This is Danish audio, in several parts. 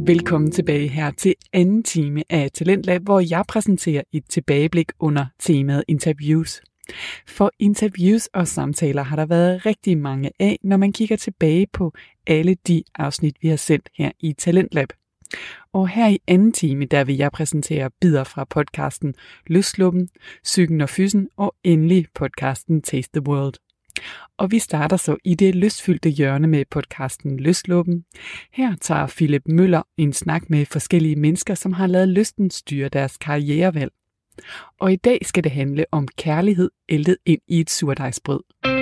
Velkommen tilbage her til anden time af Talentlab, hvor jeg præsenterer et tilbageblik under temaet interviews. For interviews og samtaler har der været rigtig mange af, når man kigger tilbage på alle de afsnit, vi har sendt her i Talentlab. Og her i anden time, der vil jeg præsentere bidder fra podcasten Løsluppen, Psyken og Fysen og endelig podcasten Taste the World. Og vi starter så i det lystfyldte hjørne med podcasten Løsluppen. Her tager Philip Møller en snak med forskellige mennesker, som har ladet lysten styre deres karrierevalg. Og i dag skal det handle om kærlighed æltet ind i et surdejsbrød.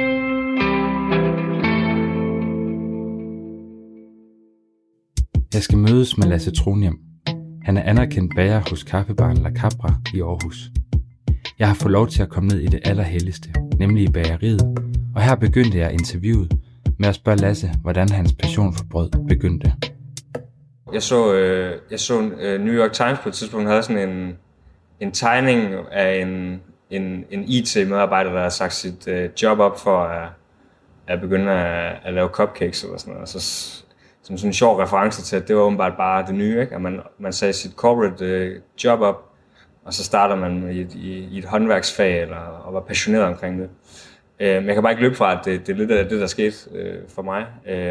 Jeg skal mødes med Lasse Trondhjem. Han er anerkendt bager hos kaffebaren La Capra i Aarhus. Jeg har fået lov til at komme ned i det allerhelligste, nemlig i bageriet, og her begyndte jeg interviewet med at spørge Lasse, hvordan hans passion for brød begyndte. Jeg så New York Times på et tidspunkt havde sådan en tegning af en IT-medarbejder, der havde sagt sit job op for at begynde at lave cupcakes eller sådan noget. Så, som sådan en sjov reference til, at det var åbenbart bare det nye, ikke? At man sagde sit corporate job op, og så starter man i et håndværksfag og var passioneret omkring det. Men jeg kan bare ikke løbe fra, at det er lidt af det, der skete for mig.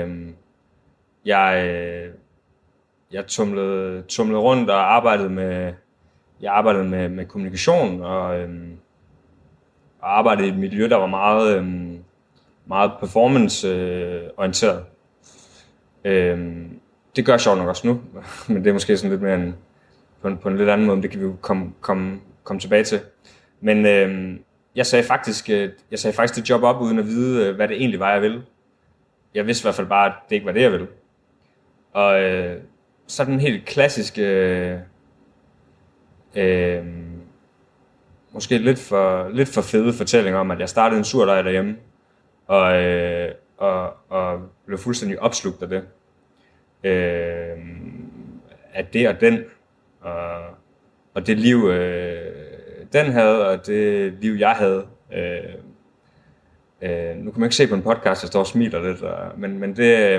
Jeg tumlede rundt og arbejdede med kommunikation og arbejdede i et miljø, der var meget performance-orienteret. Det gør jeg sjovt nok også nu, men det er måske sådan lidt mere på en lidt anden måde, men det kan vi jo komme tilbage til. Men jeg sagde faktisk det job op, uden at vide, hvad det egentlig var, jeg ville. Jeg vidste i hvert fald bare, at det ikke var det, jeg ville. Og så den helt klassiske, måske lidt for fede fortælling om, at jeg startede en surdej derhjemme, og blev fuldstændig opslugt af det. Af det og den, og det liv, den havde, og det liv, jeg havde. Nu kan man ikke se på en podcast, jeg står og smiler lidt, men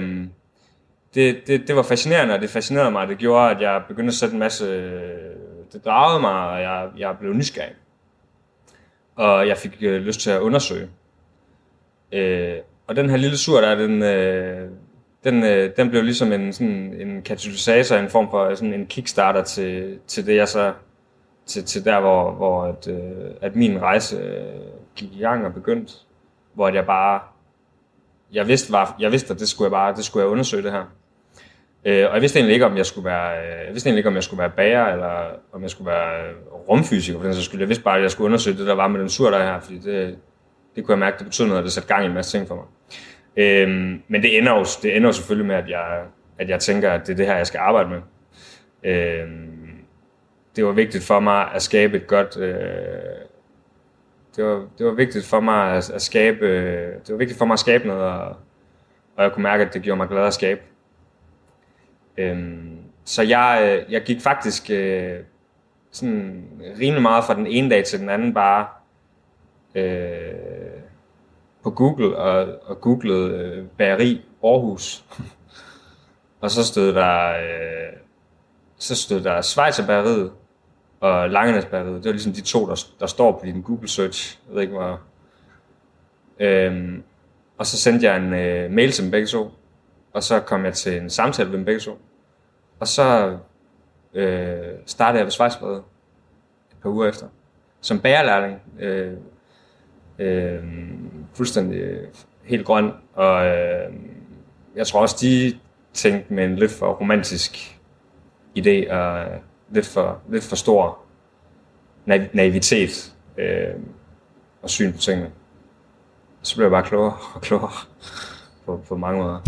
det var fascinerende, og det fascinerede mig. Det gjorde, at jeg begyndte at sætte en masse. Det dragede mig, og jeg blev nysgerrig. Og jeg fik lyst til at undersøge. Og den her lille surdej, den blev ligesom en katalysator, en form for sådan en kickstarter til det, jeg så til der, hvor at min rejse gik i gang og begyndte, hvor jeg vidste, at det skulle jeg undersøge det her. Og jeg vidste egentlig ikke, om jeg skulle være bager, eller om jeg skulle være rumfysiker, for den så skulle jeg vidste bare, at jeg skulle undersøge det, der var med den surdej her, fordi det kunne jeg mærke, det betød noget, at det satte gang i en masse ting for mig. Men det ender jo selvfølgelig med, at jeg tænker, at det er det her, jeg skal arbejde med. Det var vigtigt for mig at skabe et godt. Det var vigtigt for mig at skabe noget, og jeg kunne mærke, at det gjorde mig glad at skabe. Så jeg gik faktisk sådan rimelig meget fra den ene dag til den anden bare på Google og googlede bageri Aarhus. Og så stod der Schweizerbergeriet og Langenæsbageriet. Det var ligesom de to, der står på din Google search. Jeg ved ikke, hvor. Og så sendte jeg en mail til dem begge to. Og så kom jeg til en samtale med dem begge to. Og så startede jeg ved Schweizerbergeriet et par uger efter. Som bagerlærling. Fuldstændig helt grøn. Og jeg tror også, de tænkte med en lidt for romantisk idé og lidt for stor naivitet og syn på tingene. Så blev jeg bare klogere og klogere på mange måder.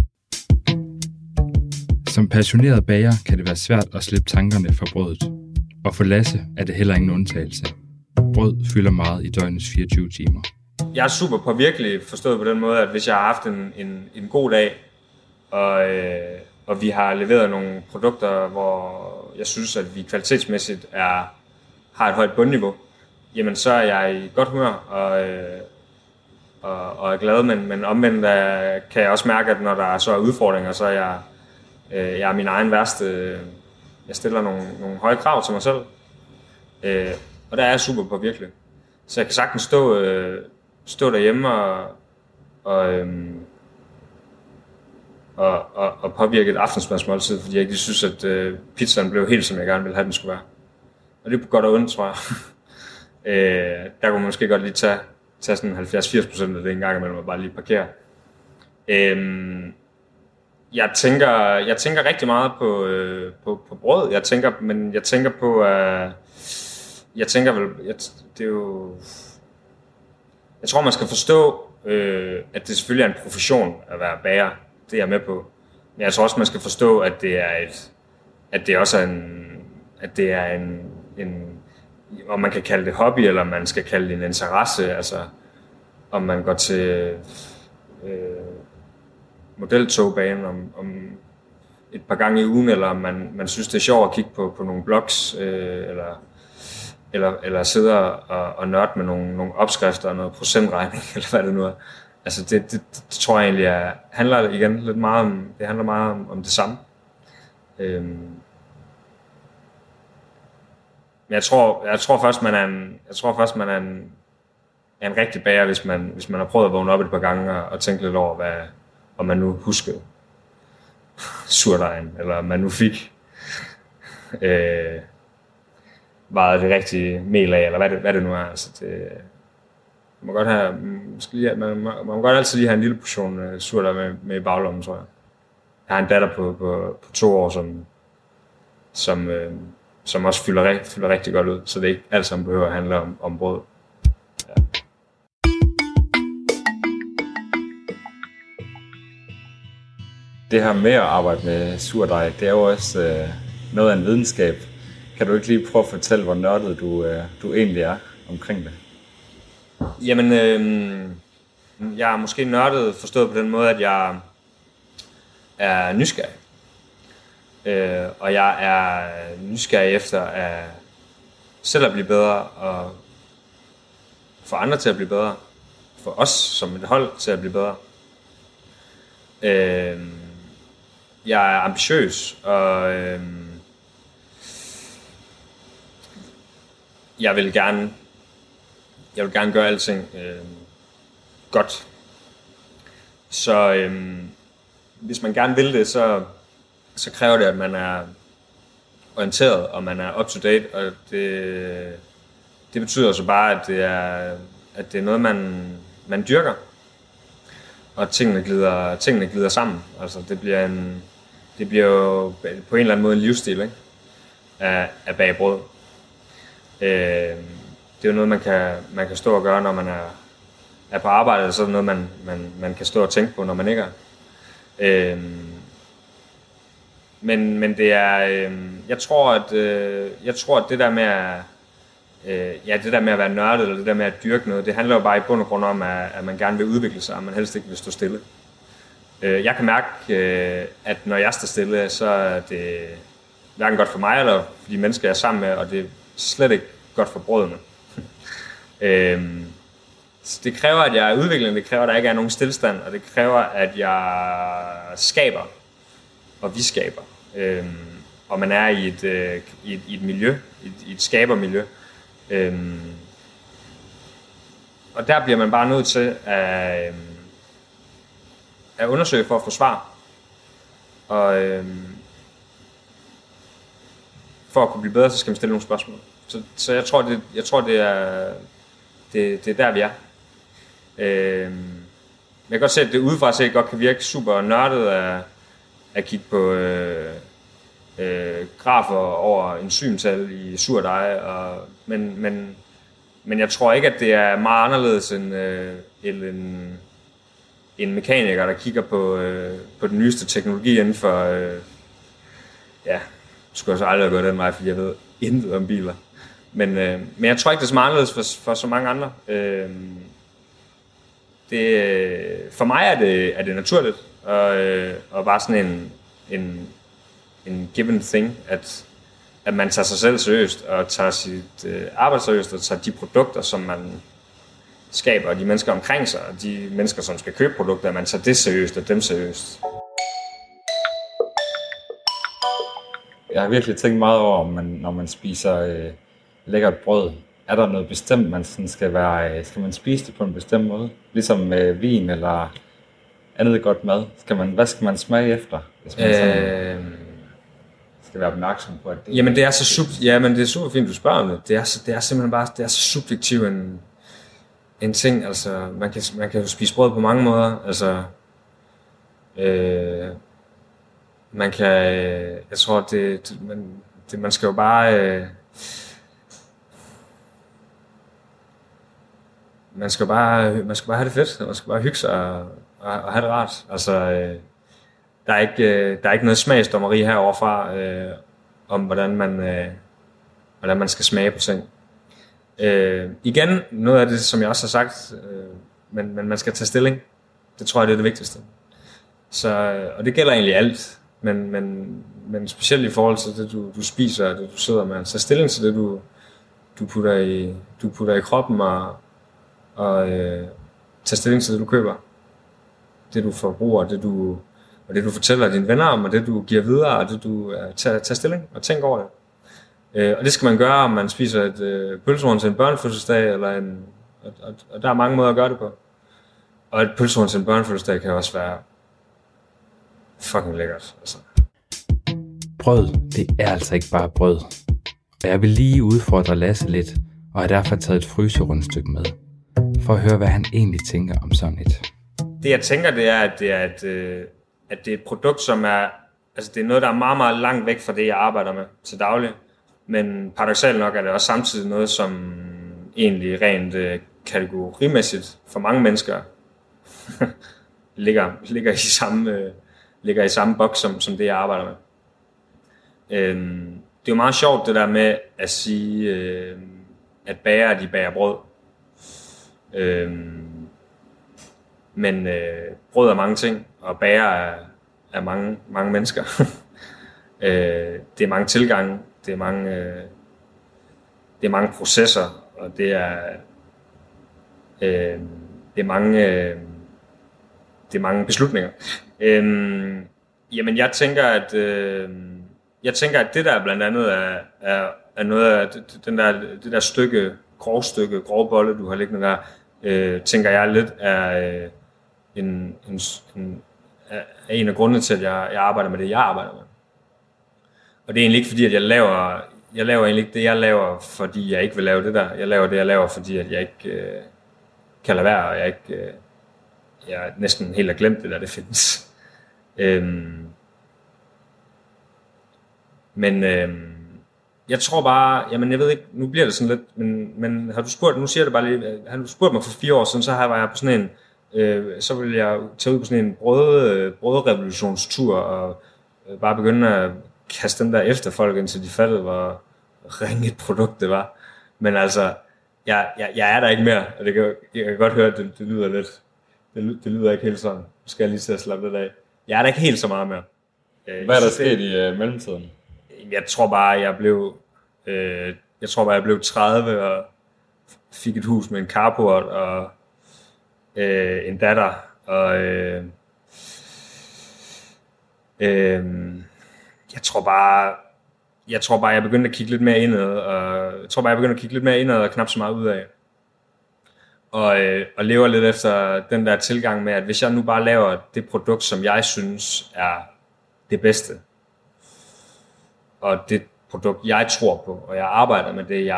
Som passioneret bager kan det være svært at slippe tankerne fra brødet. Og for Lasse er det heller ingen undtagelse. Brød fylder meget i døgnets 24 timer. Jeg er super påvirkelig forstået på den måde, at hvis jeg har haft en god dag, og vi har leveret nogle produkter, hvor jeg synes, at vi kvalitetsmæssigt har et højt bundniveau, jamen så er jeg i godt humør og er glad, men omvendt kan jeg også mærke, at når der så er udfordringer, så er jeg Jeg er min egen værste. Jeg stiller nogle høje krav til mig selv. Og der er jeg super på virkelig. Så jeg kan sagtens stå derhjemme og påvirke et aftensmadsmåltid, fordi jeg ikke synes, at pizzaen blev helt, som jeg gerne ville have, den skulle være. Og det er på godt og ondt, tror jeg. Der kunne man måske godt lige tage sådan 70-80% af det en gang imellem og bare lige parkere. Jeg tænker rigtig meget på brød. Jeg tænker på, det er jo... Jeg tror, man skal forstå, at det selvfølgelig er en profession at være bager. Det er jeg med på. Men jeg tror også, man skal forstå, at det også er en om man kan kalde det hobby, eller man skal kalde det en interesse. Altså, om man går til modeltogbanen om et par gange i ugen, eller om man synes, det er sjovt at kigge på nogle blogs, eller sidde og nørde med nogle opskrifter og noget procentregning, eller hvad det nu er. Altså det tror jeg egentlig handler igen lidt meget om, det handler meget om det samme. Men jeg tror først man er en rigtig bager, hvis man har prøvet at vågne op et par gange og tænke lidt over, om man nu huskede surdejen, eller om man nu fik vejet det rigtige mel af, eller hvad det nu er. Altså man må godt altid lige have en lille portion surdej med i baglommen, tror jeg. Jeg har en datter på 2 år, som også fylder rigtig godt ud, så det ikke alt sammen behøver at handle om brød. Ja. Det her med at arbejde med surdej, det er jo også noget af en videnskab. Kan du ikke lige prøve at fortælle, hvor nørdet du egentlig er omkring det? Jamen, jeg er måske nørdet forstået på den måde, at jeg er nysgerrig. Og jeg er nysgerrig efter at selv at blive bedre, og få andre til at blive bedre. For os som et hold til at blive bedre. Jeg er ambitiøs, og jeg vil gerne gøre alting godt. Så hvis man gerne vil det, så kræver det, at man er orienteret, og man er up to date, og det betyder så bare, at det er noget, man dyrker, og tingene glider sammen. Altså det bliver jo på en eller anden måde en livsstil, ikke? At bage brød. Det er jo noget, man kan stå og gøre, når man er på arbejde, og så er det noget, man kan stå og tænke på, når man ikke er. Men det er, jeg tror, at det der med at være nørdet, eller det der med at dyrke noget, det handler jo bare i bund og grund om, at man gerne vil udvikle sig, og man helst ikke vil stå stille. Jeg kan mærke, at når jeg står stille, så er det hverken godt for mig, eller for de mennesker, jeg er sammen med, og det er slet ikke godt for brødene. Det kræver, at jeg er udviklende, det kræver, at der ikke er nogen stillstand, og det kræver, at jeg skaber, og vi skaber. Og man er i et miljø, i et skabermiljø. Og der bliver man bare nødt til at undersøge for at få svar. Og for at kunne blive bedre, så skal man stille nogle spørgsmål. Så jeg tror det er der vi er. Jeg kan godt se, at det udefra set godt kan virke super nørdet at kigge på grafer over enzymtal i surdej, men jeg tror ikke, at det er meget anderledes end en mekaniker, der kigger på den nyeste teknologi inden for jeg skulle så aldrig have gået den vej, fordi jeg ved intet om biler. Men jeg tror ikke, det er så meget anderledes for så mange andre. For mig er det naturligt, og bare sådan en given thing, at man tager sig selv seriøst, og tager sit arbejde seriøst, og tager de produkter, som man skaber, og de mennesker omkring sig, og de mennesker, som skal købe produkter, at man tager det seriøst, og dem seriøst. Jeg har virkelig tænkt meget over, når man spiser lækkert brød, er der noget bestemt, man sådan skal man spise det på en bestemt måde? Ligesom vin eller andet godt mad. Hvad skal man smage efter, hvis man skal være opmærksom på, at det... Jamen det er super fint, du spørger om det. Det er simpelthen bare så subjektiv en ting. Altså, man kan jo spise brød på mange måder. Altså, man kan... jeg tror, man skal jo bare... Man skal bare have det fedt. Man skal bare hygge sig og have det rart. Altså, der er ikke noget smagsdommeri heroverfra om hvordan man skal smage på ting. Igen noget af det, som jeg også har sagt, men man skal tage stilling. Det tror jeg, det er det vigtigste. Så, og det gælder egentlig alt, men specielt i forhold til det du spiser og det du sidder med. Så stilling til det du putter i kroppen og tage stilling til det du køber. Det du forbruger, det du fortæller dine venner om, og det du giver videre, og det du tager stilling og tænker over det. Og det skal man gøre, om man spiser et pølsehorn til en børnefødselsdag, eller og der er mange måder at gøre det på. Og et pølsehorn til en børnefødselsdag kan også være fucking lækkert. Altså. Brød, det er altså ikke bare brød. Og jeg vil lige udfordre Lasse lidt, og har derfor taget et fryserundstykke med, for at høre, hvad han egentlig tænker om sådan et. Det jeg tænker, det er, at det er et produkt, som er, altså det er noget, der er meget, meget langt væk fra det, jeg arbejder med til daglig. Men paradoksalt nok er det også samtidig noget, som egentlig rent kategorimæssigt for mange mennesker ligger i samme boks, som det, jeg arbejder med. Det er jo meget sjovt, det der med at sige, at bager, de bager brød. Men brød er mange ting, og bager er mange mennesker. Det er mange tilgange, det er mange processer, og det er mange beslutninger. Jamen jeg tænker, at det der blandt andet er noget af det der grove bolle, du har liggende der, tænker jeg lidt er en af grundene til, at jeg arbejder med det, jeg arbejder med. Og det er egentlig ikke fordi, at jeg laver egentlig ikke det, jeg laver, fordi jeg ikke vil lave det der. Jeg laver det, jeg laver, fordi at jeg ikke kan lade være, og jeg næsten helt har glemt det der, det findes. Men jeg tror bare, jamen jeg ved ikke, nu bliver det sådan lidt, men har du spurgt, nu siger det bare lige, har du spurgt mig for 4 år siden, så var jeg på sådan en, så ville jeg tage ud på sådan en brødrevolutionstur, og bare begynde at kaste dem der efter folk, indtil de fattede, hvor ringe et produkt det var. Men altså, jeg er der ikke mere, og jeg kan godt høre, at det lyder lidt, det lyder ikke helt sådan. Nu skal jeg lige til at slappe lidt af. Jeg er der ikke helt så meget mere. Hvad er der sket i mellemtiden? Jeg tror bare, jeg blev 30 og fik et hus med en carport og en datter og jeg tror bare jeg begyndte at kigge lidt mere indad og knap så meget ud af. Og lever lidt efter den der tilgang med, at hvis jeg nu bare laver det produkt, som jeg synes er det bedste, og det produkt, jeg tror på, og jeg arbejder med det,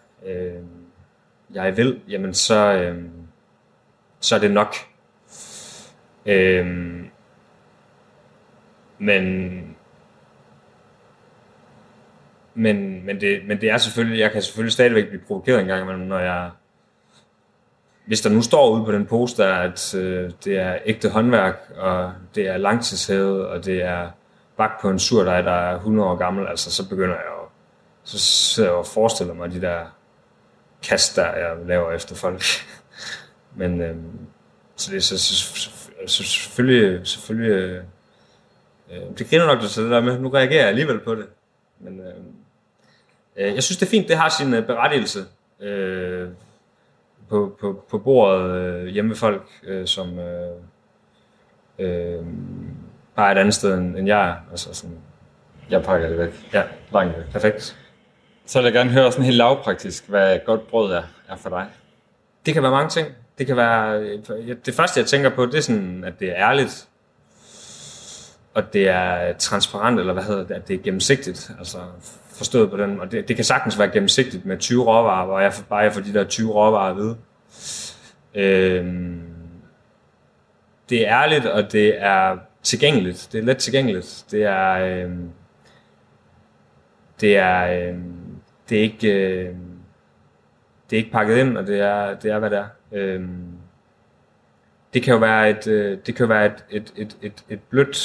jeg vil, jamen så er det nok. Men det er selvfølgelig, jeg kan selvfølgelig stadigvæk blive provokeret en gang imellem, når hvis der nu står ude på den poster, at det er ægte håndværk, og det er langtidshævet, og det er bagt på en surdej, der er 100 år gammel, altså så begynder jeg jo, så sidder jeg og forestiller mig de der kast, der jeg laver efter folk. Men så det er selvfølgelig det griner nok til det der med, nu reagerer jeg alligevel på det. Men jeg synes det er fint, det har sin berettigelse på bordet hjemme med folk, som bare er et andet sted end jeg er. Altså sådan, Jeg pakker det væk. Ja, Langt væk. perfekt. Så vil jeg gerne høre sådan helt lavpraktisk, hvad godt brød er for dig. Det kan være mange ting. Det kan være... Det første, jeg tænker på, det er sådan, at det er ærligt. Og det er transparent, eller hvad hedder det, at det er gennemsigtigt. Altså forstået på den. Og det kan sagtens være gennemsigtigt med 20 råvarer, hvor jeg får de der 20 råvarer at vide. Det er ærligt, og det er tilgængeligt. Det er let tilgængeligt. Det er ikke pakket ind, og det er hvad det er. Det kan jo være et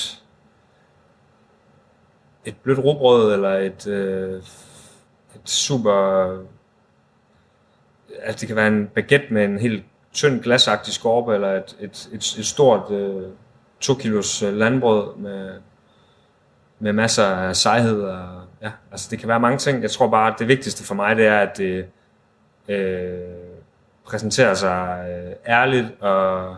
blødt rugbrød, eller et super... Altså det kan være en baguette med en helt tynd glasagtig skorpe, eller et stort 2 kilos landbrød med masser af sejhed. Og, ja, altså det kan være mange ting. Jeg tror bare, at det vigtigste for mig, det er, at det præsenterer sig ærligt og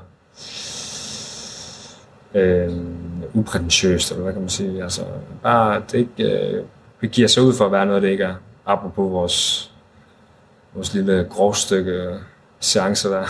uprætentiøst, eller hvad kan man sige. Altså bare, det ikke begiver sig ud for at være noget, det ikke er. Apropos vores lille grovstykke seance der.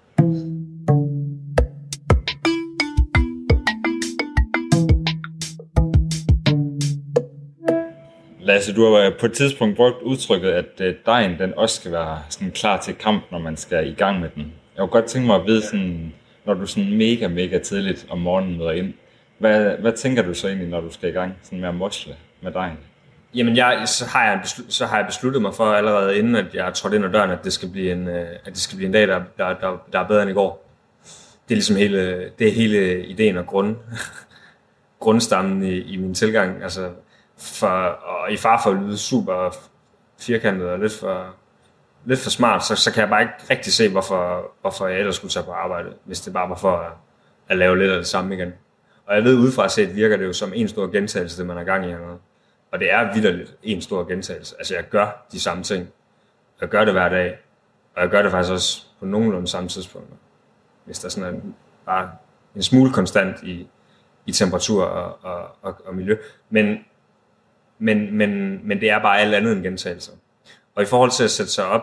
Lasse, du har på et tidspunkt brugt udtrykket, at dejen den også skal være sådan klar til kamp, når man skal i gang med den. Jeg kunne godt tænke mig at vide, sådan, når du sådan mega tidligt om morgenen møder ind, hvad tænker du så egentlig, når du skal i gang sådan med at mosle med dejen? Jamen, så har jeg besluttet mig for allerede inden, at jeg trådte ind ad døren, at det skal blive en dag, der er bedre end i går. Det er ligesom hele ideen og grundstammen i min tilgang. Altså, og i far for at lyde super firkantet og lidt for smart, så kan jeg bare ikke rigtig se, hvorfor jeg ellers skulle tage på arbejde, hvis det bare var for at lave lidt af det samme igen. Og jeg ved, udefra set virker det jo som en stor gentagelse, det man er gang i hernede. Og det er vitterligt en stor gentagelse. Altså jeg gør de samme ting. Jeg gør det hver dag. Og jeg gør det faktisk også på nogenlunde samme tidspunkt. Hvis der sådan er bare en smule konstant i temperatur og miljø. Men det er bare alt andet end gentagelser. Og i forhold til at sætte sig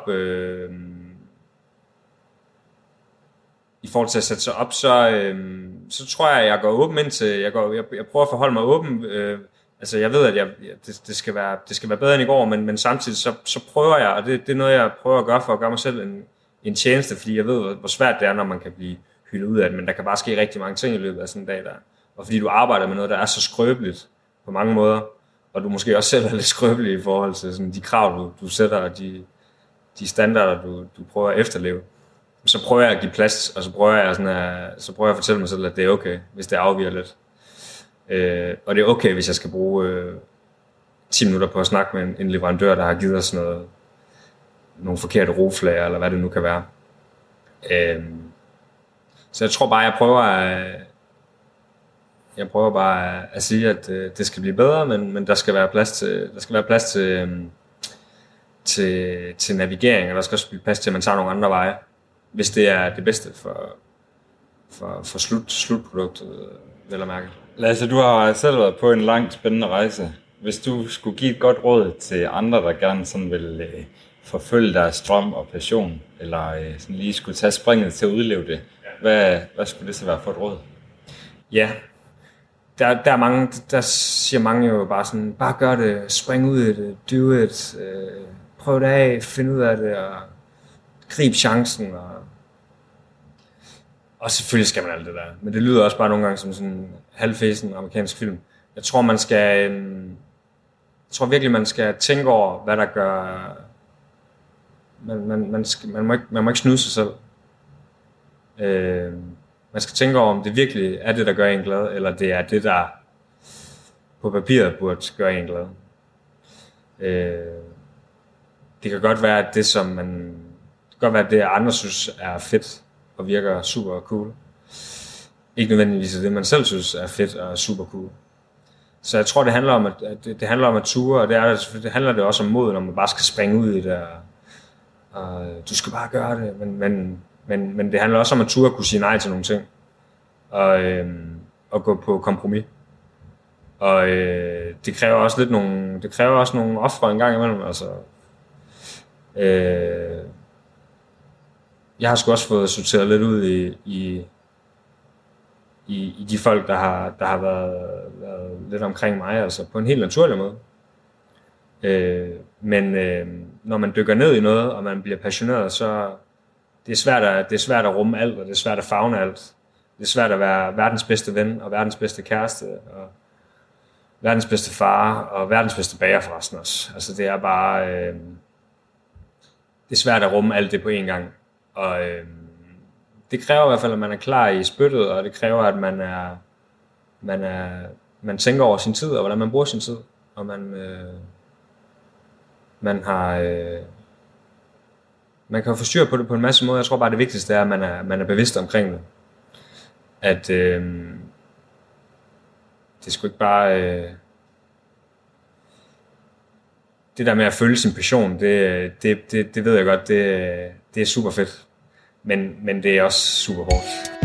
op, så tror jeg går åben ind til, jeg prøver at forholde mig åben. Altså jeg ved, at det skal være bedre end i går, men samtidig så prøver jeg, og det er noget, jeg prøver at gøre for at gøre mig selv en tjeneste, fordi jeg ved, hvor svært det er, når man kan blive hyldet ud af det, men der kan bare ske rigtig mange ting i løbet af sådan en dag der. Og fordi du arbejder med noget, der er så skrøbeligt på mange måder, og du måske også selv er lidt skrøbelig i forhold til sådan de krav, du sætter, og de standarder, du prøver at efterleve, så prøver jeg at give plads, og så prøver jeg at fortælle mig selv, at det er okay, hvis det afviger lidt. Og det er okay, hvis jeg skal bruge 10 minutter på at snakke med en leverandør, der har givet os nogle forkerte roflager, eller hvad det nu kan være. Så jeg tror bare, jeg prøver bare at sige, at det skal blive bedre, men der skal være plads til navigering, og der skal også blive plads til, at man tager nogle andre veje, hvis det er det bedste for slutproduktet, vel at mærke. Lasse, du har selv været på en lang, spændende rejse. Hvis du skulle give et godt råd til andre, der gerne sådan vil forfølge deres drøm og passion, eller sådan lige skulle tage springet til at udleve det, hvad skulle det så være for et råd? Ja, der er mange, der siger mange jo bare sådan, bare gør det, spring ud i det, do it, prøv det af, find ud af det, og grib chancen, og selvfølgelig skal man alt det der. Men det lyder også bare nogle gange som sådan en halvfæsen amerikansk film. Jeg tror virkelig, man skal tænke over, hvad der gør... Man må ikke snyde sig selv. Man skal tænke over, om det virkelig er det, der gør en glad, eller det er det, der på papiret burde gøre en glad. Det kan godt være, at det andre synes er fedt, og virker super cool. Ikke nødvendigvis det, man selv synes er fedt og super cool. Så jeg tror, det handler om at ture, og det handler det også om mod, når man bare skal springe ud i det, og du skal bare gøre det, men det handler også om at ture at kunne sige nej til nogle ting, og gå på kompromis. Og det kræver også nogle ofre en gang imellem. Altså, jeg har sgu også fået sorteret lidt ud i de folk, der har været lidt omkring mig, altså på en helt naturlig måde. Men når man dykker ned i noget, og man bliver passioneret, så det er svært at rumme alt, og det er svært at favne alt. Det er svært at være verdens bedste ven, og verdens bedste kæreste, og verdens bedste far, og verdens bedste bager forresten også. Altså det er bare... det er svært at rumme alt det på én gang. Og det kræver i hvert fald, at man er klar i spyttet, og det kræver, at man tænker over sin tid, og hvordan man bruger sin tid. Og man kan få styr på det på en masse måder. Jeg tror bare, det vigtigste er, at man er bevidst omkring det. At det er sgu ikke bare... det der med at følge sin passion, det ved jeg godt, det er super fedt. Men det er også super hårdt.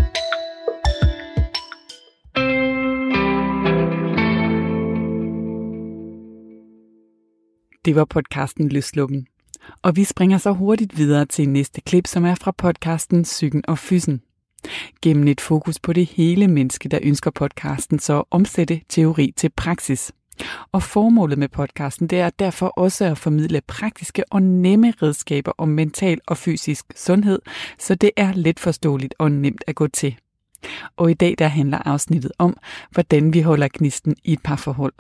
Det var podcasten Løsluppen. Og vi springer så hurtigt videre til næste klip, som er fra podcasten Psyken og Fysen. Gennem et fokus på det hele menneske, der ønsker podcasten så at omsætte teori til praksis. Og formålet med podcasten, det er derfor også at formidle praktiske og nemme redskaber om mental og fysisk sundhed, så det er let forståeligt og nemt at gå til. Og i dag der handler afsnittet om, hvordan vi holder gnisten i et parforhold.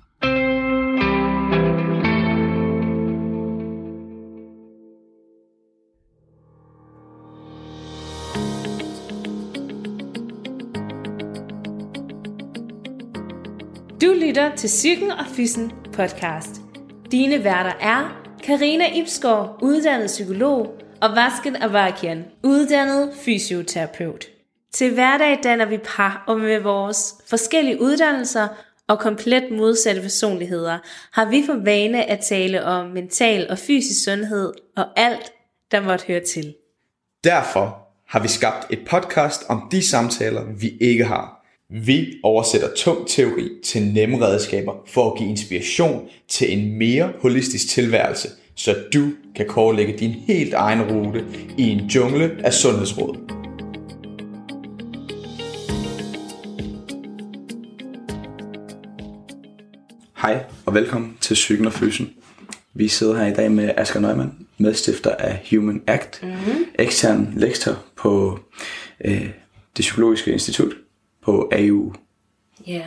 Du lytter til Psyken og Fysen podcast. Dine værter er Karina Ibsgaard, uddannet psykolog, og Vasken Avakian, uddannet fysioterapeut. Til hverdag danner vi par, og med vores forskellige uddannelser og komplet modsatte personligheder har vi for vane at tale om mental og fysisk sundhed og alt, der måtte høre til. Derfor har vi skabt et podcast om de samtaler, vi ikke har. Vi oversætter tung teori til nemme redskaber for at give inspiration til en mere holistisk tilværelse, så du kan kortlægge din helt egen rute i en jungle af sundhedsråd. Hej og velkommen til Psyken og Fysen. Vi sidder her i dag med Asger Neumann, medstifter af Human Act, ekstern lektor på det psykologiske institut på AU. Ja.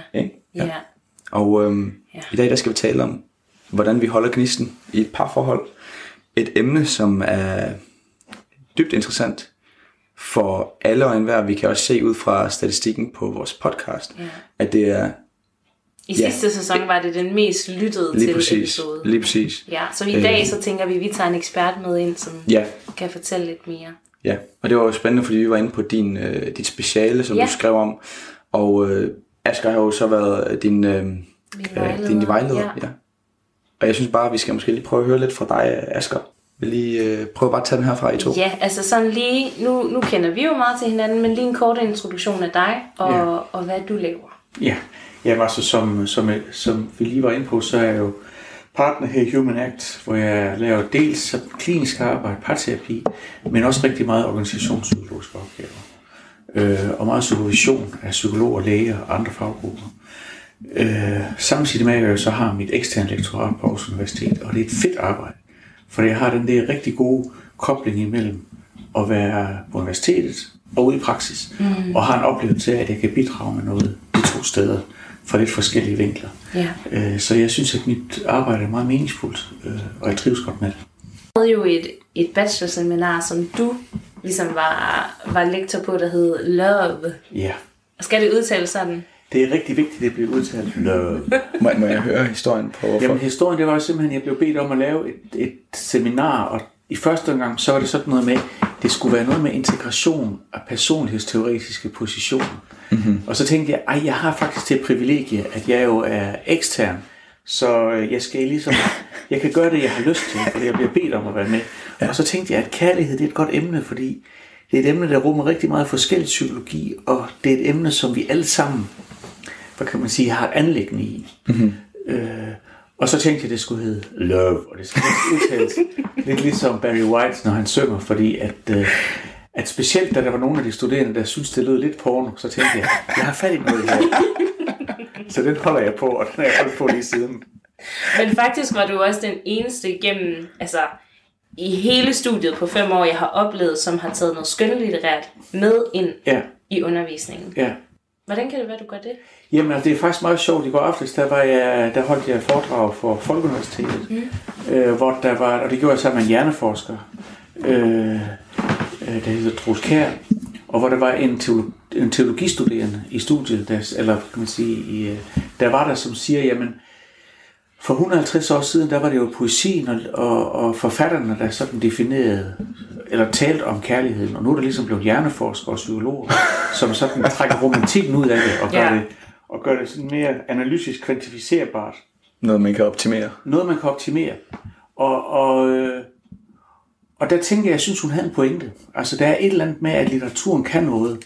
Og i dag der skal vi tale om, hvordan vi holder gnisten i et parforhold. Et emne, som er dybt interessant for alle og enhver. Vi kan også se ud fra statistikken på vores podcast, at det er... I sidste sæson var det den mest lyttede til episode. Lige præcis. Ja, så i dag så tænker vi tager en ekspert med ind, som kan fortælle lidt mere. Ja, og det var jo spændende, fordi vi var inde på dit speciale, som du skrev om. Og Asger har jo så været din vejleder. Ja. Og jeg synes bare, vi skal måske lige prøve at høre lidt fra dig, Asger. Vil lige prøve bare at tage den herfra i to? Ja, altså sådan lige, nu kender vi jo meget til hinanden, men lige en kort introduktion af dig, og hvad du laver. Ja, altså som vi lige var inde på, så er jeg jo partner her i Human Act, hvor jeg laver dels klinisk arbejde, parterapi, men også rigtig meget organisationspsykologiske opgaver. Og meget supervision af psykologer, læger og andre faggrupper. Samtidig med, at jeg så har mit eksterne lektorat på Aarhus Universitet, og det er et fedt arbejde, for jeg har den der rigtig gode kobling imellem at være på universitetet og ude i praksis, og har en oplevelse af, at jeg kan bidrage med noget de to steder fra lidt forskellige vinkler. Ja. Så jeg synes, at mit arbejde er meget meningsfuldt, og jeg trives godt med det. Du havde jo et bachelorseminar, som du ligesom var lektor på, der hed Love. Ja. Skal det udtales sådan? Det er rigtig vigtigt, at det bliver udtalt Love. Må jeg høre historien på hvorfor? Jamen historien, det var simpelthen, jeg blev bedt om at lave et seminar, og i første omgang, så var det sådan noget med, det skulle være noget med integration af personlighedsteoretiske positioner. Mm-hmm. Og så tænkte jeg, jeg har faktisk det privilegie, at jeg jo er ekstern, så jeg kan gøre det, jeg har lyst til, fordi jeg bliver bedt om at være med. Ja. Og så tænkte jeg, at kærlighed, det er et godt emne, fordi det er et emne, der rummer rigtig meget forskellig psykologi, og det er et emne, som vi alle sammen hvad kan man sige, har et anliggende i. Og så tænkte jeg, det skulle hedde Love, og det skal udtales lidt ligesom Barry White, når han synger, fordi at specielt da der var nogle af de studerende, der syntes, det lød lidt porno, så tænkte jeg har fat i noget her. Så den holder jeg på, og den har jeg holdt på lige siden. Men faktisk var du også den eneste igennem, altså i hele studiet på 5 år, jeg har oplevet, som har taget noget skønlitterært med ind i undervisningen. Ja. Hvordan kan det være, du gør det? Jamen, altså, det er faktisk meget sjovt. I går aftes, der holdt jeg foredrag for Folkeuniversitetet, hvor der var, og det gjorde jeg sammen med en hjerneforsker, der hedder Troels Kjær, og hvor der var en teologistuderende i studiet, der var der, som siger, jamen, for 150 år siden, der var det jo poesien og forfatterne, der sådan definerede, eller talte om kærligheden, og nu er der ligesom blevet hjerneforskere og psykologer, som sådan trækker romantikken ud af det, og gør det sådan mere analytisk kvantificerbart. Noget, man kan optimere. Og der tænker jeg synes, hun havde en pointe. Altså, der er et eller andet med, at litteraturen kan noget,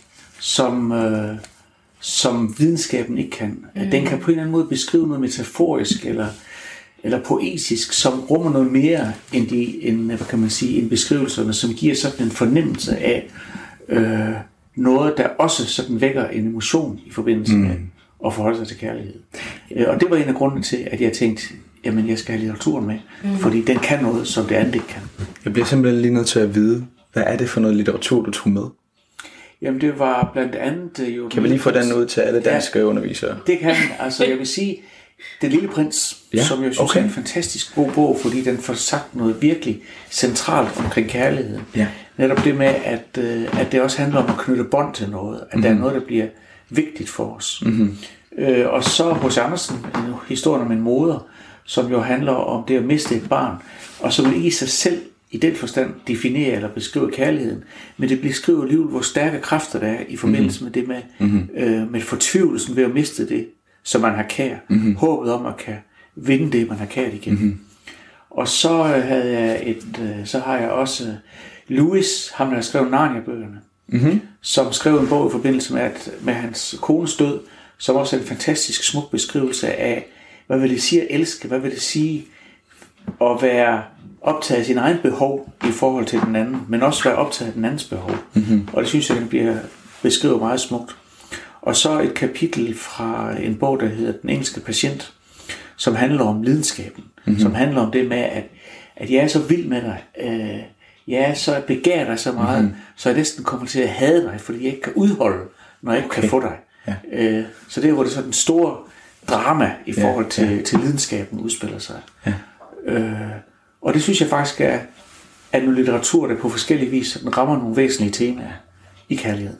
som videnskaben ikke kan. At den kan på en eller anden måde beskrive noget metaforisk eller poetisk, som rummer noget mere end beskrivelserne, som giver sådan en fornemmelse af noget, der også sådan vækker en emotion i forbindelse med at forholde sig til kærlighed. Og det var en af grundene til, at jeg tænkte, jamen jeg skal have litteraturen med, fordi den kan noget, som det andet ikke kan. Jeg bliver simpelthen lige nødt til at vide, hvad er det for noget litteratur, du tog med? Jamen det var blandt andet jo... Kan vi lige få den ud til alle danske undervisere? Det kan altså jeg vil sige, Det Lille Prins, som jeg synes er en fantastisk god bog, fordi den får sagt noget virkelig centralt omkring kærligheden. Ja. Netop det med, at det også handler om at knytte bånd til noget, at der er noget, der bliver vigtigt for os. Og så H.C. Andersen, en historie om en moder, som jo handler om det at miste et barn, og som ikke i sig selv i den forstand definerer eller beskriver kærligheden, men det beskriver alligevel, hvor stærke kræfter der er i forbindelse med det med fortvivlelsen ved at miste det, som man har kær. Håbet om at kan vinde det, man har kært igen. Og så har jeg også Lewis, ham der har skrevet Narnia-bøgerne, som skrev en bog i forbindelse med hans kones død, som også er en fantastisk smuk beskrivelse af, hvad vil det sige at elske, hvad vil det sige at være optaget af sin egen behov i forhold til den anden, men også være optaget af den andens behov. Og det synes jeg, den bliver beskrevet meget smukt. Og så et kapitel fra en bog, der hedder Den engelske patient, som handler om lidenskaben, som handler om det med, at jeg er så vild med dig, så begærer dig så meget, så jeg næsten kommer til at hade dig, fordi jeg ikke kan udholde, når jeg ikke kan få dig. Ja. Så det er, hvor det så den store drama i forhold til lidenskaben udspiller sig. Ja. Og det synes jeg faktisk er noget litteratur, der på forskellige vis den rammer nogle væsentlige temaer i kærlighed.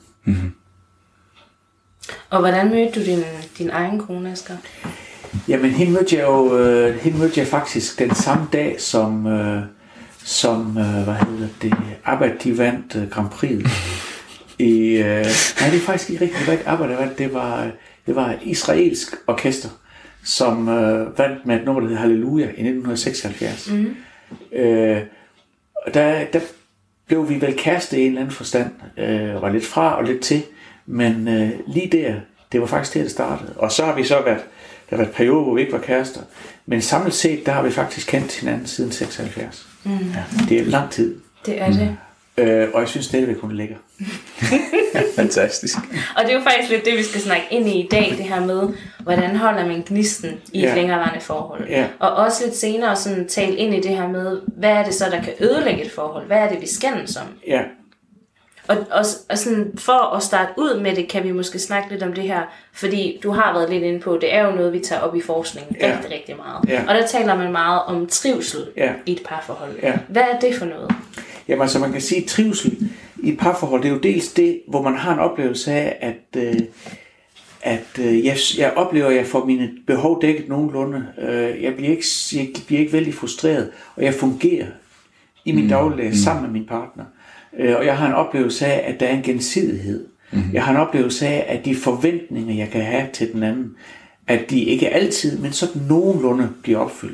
Og hvordan mødte du din egen kone, Asger? Jamen, hende mødte jeg faktisk den samme dag, som Abba, de vandt Grand Prix. Nej, det er faktisk ikke rigtigt, det var ikke Abba, der vandt, det var et israelsk orkester, som vandt med et nummer, der hedder Halleluja i 1976. Der blev vi vel kæreste i en eller anden forstand, var lidt fra og lidt til, men lige der, det var faktisk der, det startede. Og så har vi så været, der har været perioder, hvor vi ikke var kærester, men samlet set, der har vi faktisk kendt hinanden siden 76. Ja, det er lang tid. Det er det. Og jeg synes stadigvæk, hun ligger. Fantastisk. Og det er jo faktisk lidt det, vi skal snakke ind i dag, det her med, hvordan holder man gnisten i et længerevarende forhold. Og også lidt senere sådan tale ind i det her med, hvad er det så, der kan ødelægge et forhold? Hvad er det, vi skændes om? Ja. Og sådan, for at starte ud med det, kan vi måske snakke lidt om det her, fordi du har været lidt inde på, det er jo noget, vi tager op i forskningen rigtig, rigtig meget. Ja. Og der taler man meget om trivsel i et parforhold. Ja. Hvad er det for noget? Jamen altså, man kan sige, at trivsel i et parforhold, det er jo dels det, hvor man har en oplevelse af, at jeg oplever, at jeg får mine behov dækket nogenlunde. Jeg bliver ikke vældig frustreret, og jeg fungerer i min dagligdag sammen med min partner. Og jeg har en oplevelse af, at der er en gensidighed. Jeg har en oplevelse af, at de forventninger, jeg kan have til den anden, at de ikke altid, men sådan nogenlunde bliver opfyldt.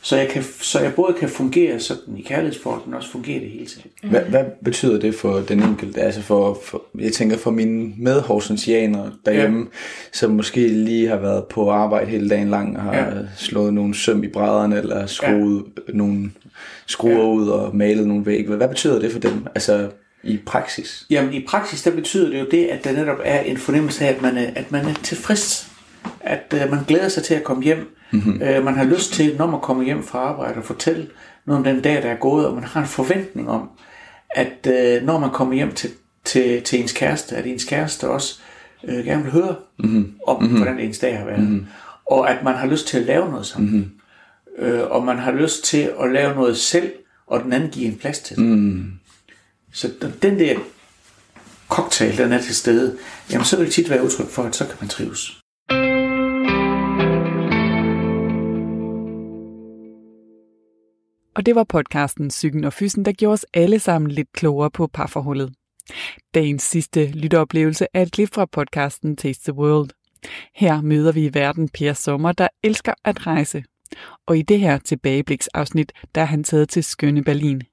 så jeg både kan fungere sådan i kærlighedsforhold, men også fungere det hele tiden. Hvad betyder det for den enkelte? Altså jeg tænker for mine medhorsensianere derhjemme, som måske lige har været på arbejde hele dagen lang, og har slået nogle søm i brædderne, eller skruet nogle skruer ud og malet nogle vægge. Hvad betyder det for dem? Altså i praksis? Jamen i praksis, der betyder det jo det, at der netop er en fornemmelse af, at man er tilfreds. At man glæder sig til at komme hjem. Mm-hmm. Man har lyst til, når man kommer hjem fra arbejde, at fortælle noget om den dag, der er gået, og man har en forventning om, at når man kommer hjem til ens kæreste, at ens kæreste også gerne vil høre om, hvordan ens dag har været. Og at man har lyst til at lave noget sammen. Og man har lyst til at lave noget selv, og den anden giver en plads til det. Så den der cocktail, den er til stede, jamen så vil det tit være udtryk for, at så kan man trives. Og det var podcasten Psyken og Fysen, der gjorde os alle sammen lidt klogere på parforholdet. Dagens sidste lytteoplevelse er et klip fra podcasten Taste the World. Her møder vi i verden Per Sommer, der elsker at rejse. Og i det her tilbagebliksafsnit, der er han taget til skønne Berlin.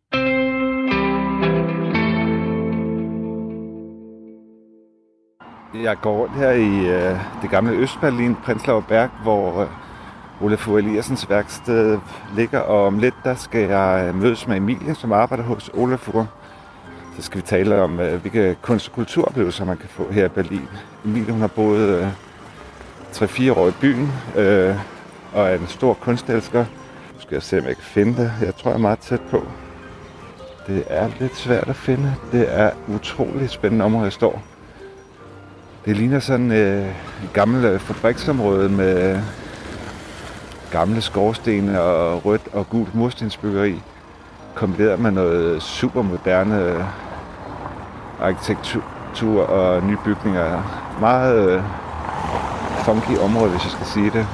Jeg går rundt her i det gamle Østberlin, Prenzlauer Berg, hvor Ole Fogh Eliassens værksted ligger, og om lidt der skal jeg mødes med Emilie, som arbejder hos Ole Fogh. Så skal vi tale om, hvilke kunst- og kulturoplevelser man kan få her i Berlin. Emilie, hun har boet 3-4 år i byen, og er en stor kunstelsker. Nu skal jeg se, om jeg kan finde det. Jeg tror, jeg er meget tæt på. Det er lidt svært at finde. Det er utroligt spændende område, jeg står. Det ligner sådan et gammelt fabriksområde med gamle skorstene og rødt og gult murstensbyggeri, kombineret med noget supermoderne arkitektur og nye bygninger. Meget funky område, hvis jeg skal sige det.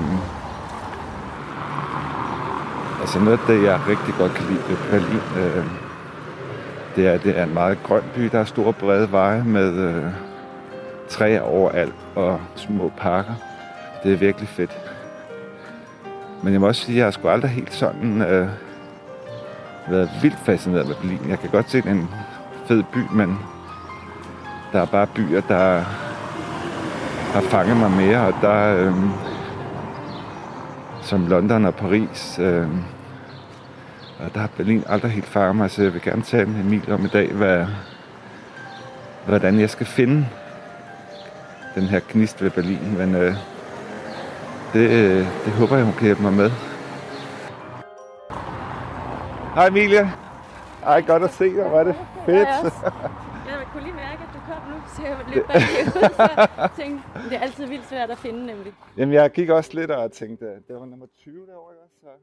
Altså noget af det, jeg rigtig godt kan lide ved Berlin, det er en meget grøn by. Der er store brede veje med træer overalt og små parker. Det er virkelig fedt. Men jeg må også sige, at jeg har sgu aldrig helt sådan været vildt fascineret med Berlin. Jeg kan godt se, at det er en fed by, men der er bare byer, der har fanget mig mere. Og der som London og Paris. Og der har Berlin aldrig helt fanget mig, så jeg vil gerne tale med Emilie om i dag, hvordan jeg skal finde den her gnist ved Berlin. Men det håber jeg, hun kan hjælpe mig med. Hej Emilie. Ej, godt at se dig. Hvor er det fedt. Jeg kunne lige mærke, at du kom nu, så jeg løb bagud. Så tænkte, det er altid vildt svært at finde, nemlig. Jamen, jeg gik også lidt og tænkte, det var nummer 20 derovre, ikke også?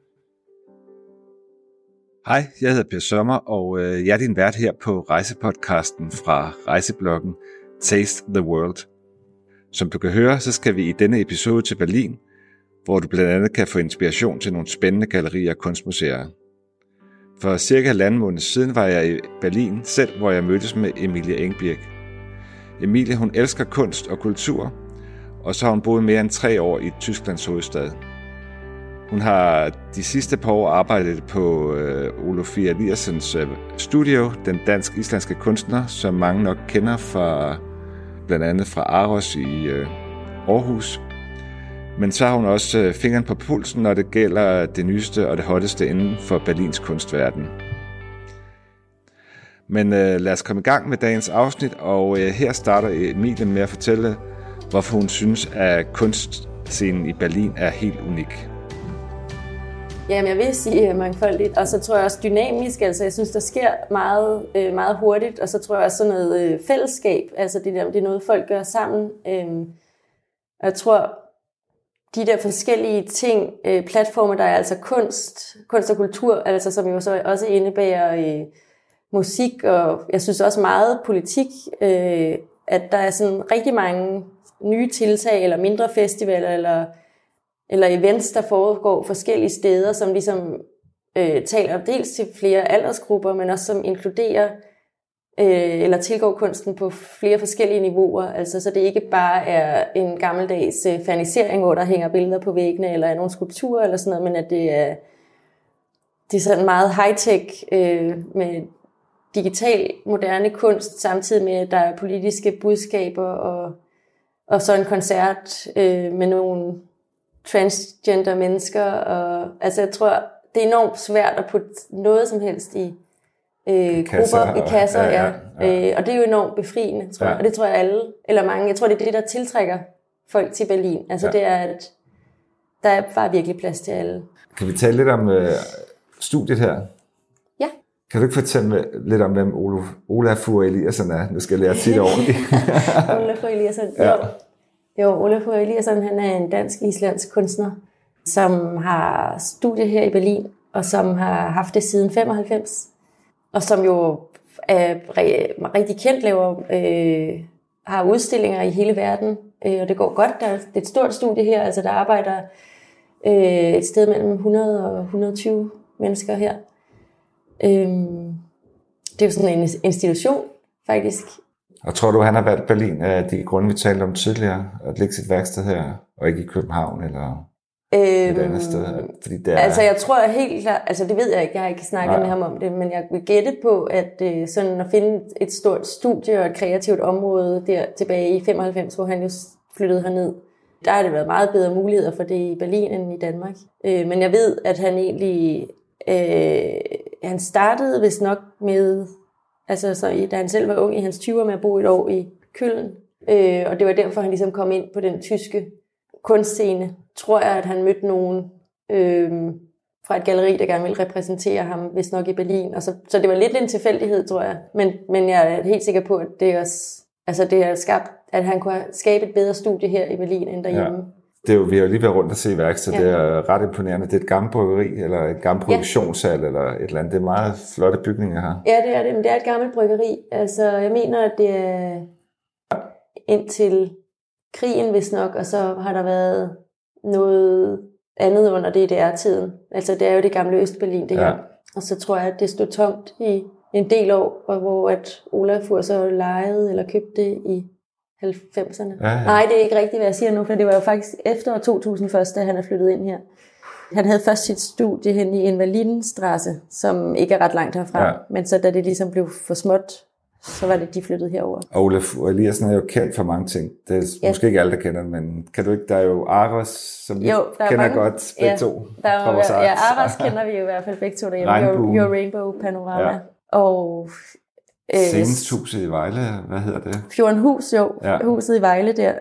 Hej, jeg hedder Per Sommer, og jeg er din vært her på rejsepodcasten fra rejsebloggen Taste the World. Som du kan høre, så skal vi i denne episode til Berlin, hvor du blandt andet kan få inspiration til nogle spændende gallerier og kunstmuseer. For cirka 1,5 måned siden var jeg i Berlin selv, hvor jeg mødtes med Emilie Engbirk. Emilie, hun elsker kunst og kultur, og så har hun boet mere end 3 år i Tysklands hovedstad. Hun har de sidste par år arbejdet på Ole Fogh Eliassens studio, den dansk-islandske kunstner, som mange nok kender fra blandt andet fra Aros i Aarhus. Men så har hun også fingeren på pulsen, når det gælder det nyeste og det hotteste inden for Berlins kunstverden. Men lad os komme i gang med dagens afsnit, og her starter Emilie med at fortælle, hvorfor hun synes, at kunstscenen i Berlin er helt unik. Jamen, jeg vil sige mangfoldigt, og så tror jeg også dynamisk, altså jeg synes, der sker meget, meget hurtigt, og så tror jeg også sådan noget fællesskab, altså det er noget, folk gør sammen. Jeg tror, de der forskellige ting, platformer, der er altså kunst og kultur, altså som jo så også indebærer musik, og jeg synes også meget politik, at der er sådan rigtig mange nye tiltag, eller mindre festivaler, eller events, der foregår forskellige steder, som ligesom taler dels til flere aldersgrupper, men også som inkluderer eller tilgår kunsten på flere forskellige niveauer. Altså, så det ikke bare er en gammeldags fernisering, hvor der hænger billeder på væggene, eller er nogle skulpturer eller sådan noget, men at det er det er sådan meget high-tech med digital moderne kunst, samtidig med, at der er politiske budskaber, og så en koncert med nogle transgender mennesker. Og, altså jeg tror, det er enormt svært at putte noget som helst i grupper, i kasser. Ja. Og det er jo enormt befriende, tror jeg. Og det tror jeg alle, eller mange, jeg tror, det er det, der tiltrækker folk til Berlin. Altså det er, at der er bare virkelig plads til alle. Kan vi tale lidt om studiet her? Ja. Kan du ikke fortælle lidt om, hvem Olafur Eliasson er? Nu skal jeg lære at sige det ordentligt. Olafur Eliasson, jo, Olafur Eliasson, han er en dansk-islandsk kunstner, som har studie her i Berlin, og som har haft det siden 95, og som jo er rigtig kendt, har udstillinger i hele verden, og det går godt. Der er et stort studie her, altså der arbejder et sted mellem 100 og 120 mennesker her. Det er jo sådan en institution, faktisk. Og tror du, han har valgt Berlin af de grunde, vi talte om tidligere, at lægge sit værksted her, og ikke i København eller et andet sted? Fordi det er... Altså jeg tror helt klart, altså det ved jeg ikke, jeg har ikke snakket med ham om det, men jeg vil gætte på, at sådan at finde et stort studie og et kreativt område der tilbage i 95, hvor han jo flyttede herned, der har det været meget bedre muligheder for det i Berlin end i Danmark. Men jeg ved, at han egentlig, han startede vist nok med, altså så da han selv var ung i hans 20'er, med at bo et år i Køln. Og det var derfor, han ligesom kom ind på den tyske kunstscene. Tror jeg, at han mødte nogen fra et galleri, der gerne ville repræsentere ham, vist nok i Berlin. Og så det var lidt en tilfældighed, tror jeg. Men jeg er helt sikker på, at det også, altså det har skabt, at han kunne skabe et bedre studie her i Berlin end derhjemme. Ja. Det er jo, vi har jo lige været rundt og se værksted. Det er ret imponerende. Det er et gammelt bryggeri, eller et gammelt produktionssal, eller et eller andet. Det er meget flotte bygninger her. Ja, det er det. Men det er et gammelt bryggeri. Altså, jeg mener, at det er indtil krigen, vist nok, og så har der været noget andet under DDR-tiden. Altså, det er jo det gamle Østberlin, det her. Og så tror jeg, at det stod tomt i en del år, og hvor at Olafur så lejede eller købte det i 90'erne. Ja. Nej, det er ikke rigtigt, hvad jeg siger nu, for det var jo faktisk efter 2000 først, da han er flyttet ind her. Han havde først sit studie hen i Invalidenstrasse, som ikke er ret langt herfra. Ja. Men så da det ligesom blev for småt, så var det, de flyttede herover. Og Olafur Eliasson er jo kendt for mange ting. Det er måske ikke alle, der kender den, men kan du ikke? Der er jo Aros, som vi kender mange, godt begge to fra vores art. Ja, Aros kender vi jo i hvert fald begge to derhjemme. Your Rainbow Panorama. Ja. Og senest huset i Vejle, hvad hedder det? Fjordenhus, huset i Vejle der,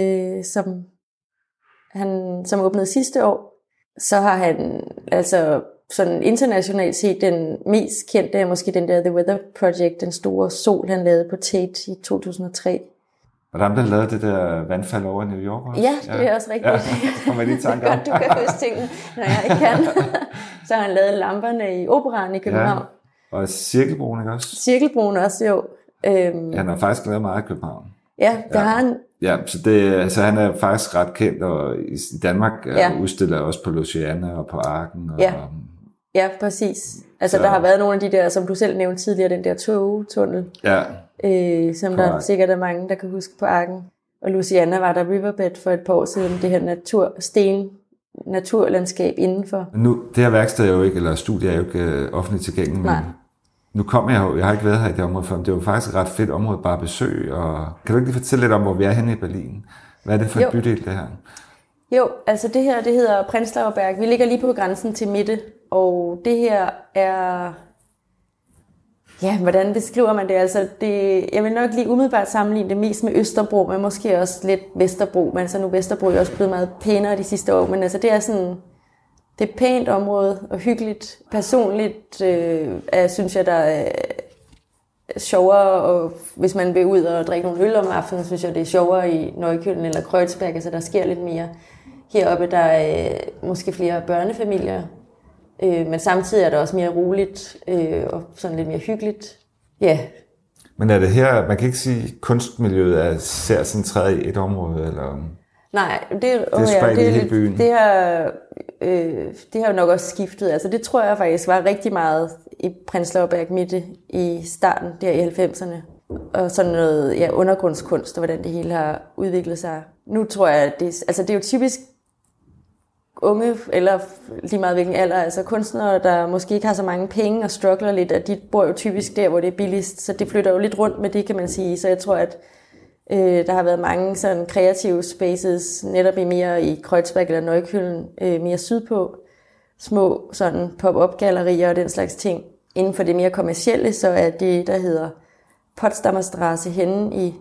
som åbnede sidste år. Så har han altså sådan internationalt set den mest kendte er måske den der The Weather Project, den store sol, han lavede på Tate i 2003. Og der lavede det der vandfald over i New York også? Ja, det er også rigtigt. Ja, det kommer jeg lige i tanke om. Du kan huske tingene, når jeg ikke kan. Så har han lavet lamperne i Operaen i København. Ja. Og Cirkelbroen, ikke også? Cirkelbroen også, jo. Han har faktisk lavet meget i København. Ja, det har han. Ja, så han er faktisk ret kendt, og i Danmark udstiller også på Luciana og på Arken. Og, ja, præcis. Altså, der har været nogle af de der, som du selv nævnte tidligere, den der togtunnel, som der sikkert er mange, der kan huske på Arken. Og Luciana var der Riverbed for et par år siden, det her naturlandskab indenfor. Nu, det her værksted er jo ikke, eller studie er jo ikke offentligt tilgængeligt, men nu kommer jeg har ikke været her i det område før, men det er jo faktisk et ret fedt område bare at besøge. Og kan du ikke lige fortælle lidt om, hvor vi er henne i Berlin? Hvad er det for et bydel, det her? Jo, altså det her, det hedder Prenzlauer Berg. Vi ligger lige på grænsen til Mitte, og det her er... Ja, hvordan beskriver man det? Altså, jeg vil nok lige umiddelbart sammenligne det mest med Østerbro, men måske også lidt Vesterbro. Men altså nu Vesterbro er også blevet meget pænere de sidste år, men altså det er sådan... Det er et pænt område og hyggeligt. Personligt synes jeg, der er sjovere, og hvis man vil ud og drikke nogle øl om aftenen, synes jeg, det er sjovere i Neukölln eller Kreuzberg. Altså der sker lidt mere. Heroppe der er måske flere børnefamilier, men samtidig er det også mere roligt og sådan lidt mere hyggeligt. Ja. Men er det her, man kan ikke sige, at kunstmiljøet er ser centreret i et område, eller... Nej, det er spredt i hele byen. Det har jo nok også skiftet. Altså det tror jeg faktisk var rigtig meget i Prenzlauer Berg Mitte i starten der i 90'erne. Og sådan noget undergrundskunst og hvordan det hele har udviklet sig. Nu tror jeg, det er jo typisk unge, eller lige meget hvilken alder, altså kunstnere, der måske ikke har så mange penge og struggler lidt, at de bor jo typisk der, hvor det er billigst, så det flytter jo lidt rundt med det, kan man sige. Så jeg tror, at der har været mange sådan kreative spaces, netop mere i Kreuzberg eller Neukölln, mere sydpå, små sådan pop-up-gallerier og den slags ting. Inden for det mere kommercielle, så er det, der hedder Potsdamer Straße henne i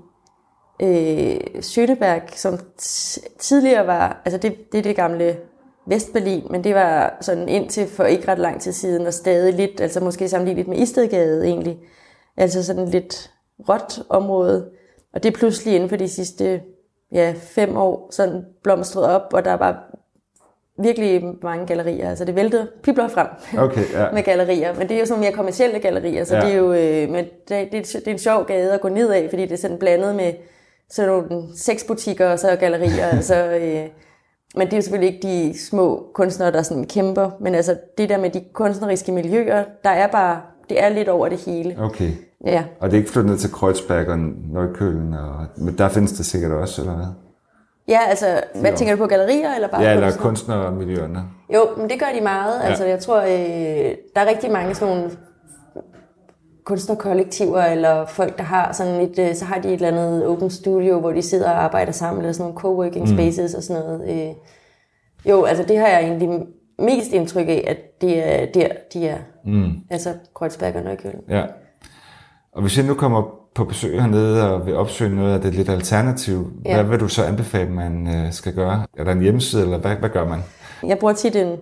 Schöneberg, som tidligere var, altså det er det gamle Vestberlin, men det var sådan indtil for ikke ret lang tid siden, og stadig lidt, altså måske sammenlignet med Istedgade egentlig, altså sådan lidt råt område, og det er pludselig inden for de sidste 5 år sådan blomstret op, og der var virkelig mange gallerier, altså det væltede pibler frem med gallerier, men det er jo sådan mere kommercielle gallerier, så det er jo men det er en sjov gade at gå ned af, fordi det er sådan blandet med sådan nogle sexbutikker og så gallerier, altså, men det er jo selvfølgelig ikke de små kunstnere, der sådan kæmper, men altså det der med de kunstneriske miljøer, der er bare, det er lidt over det hele. Okay. Ja. Og det er ikke flyttet ned til Kreuzberg og Neukölln, men der findes det sikkert også, eller hvad? Ja, altså, hvad tænker du på, gallerier eller bare kunstnere? Ja, eller kunstnermiljøerne. Jo, men det gør de meget. Ja. Altså, jeg tror, der er rigtig mange sådan nogle kunstnerkollektiver, eller folk, der har sådan et, så har de et eller andet open studio, hvor de sidder og arbejder sammen, eller sådan nogle coworking spaces og sådan noget. Jo, altså det har jeg egentlig mest indtryk af, at det er der, de er. Altså Kreuzberg og Neukölln. Ja. Og hvis jeg nu kommer på besøg hernede og vil opsøge noget af det lidt alternativ, hvad vil du så anbefale, man skal gøre? Er der en hjemmeside, eller hvad gør man? Jeg bruger tit en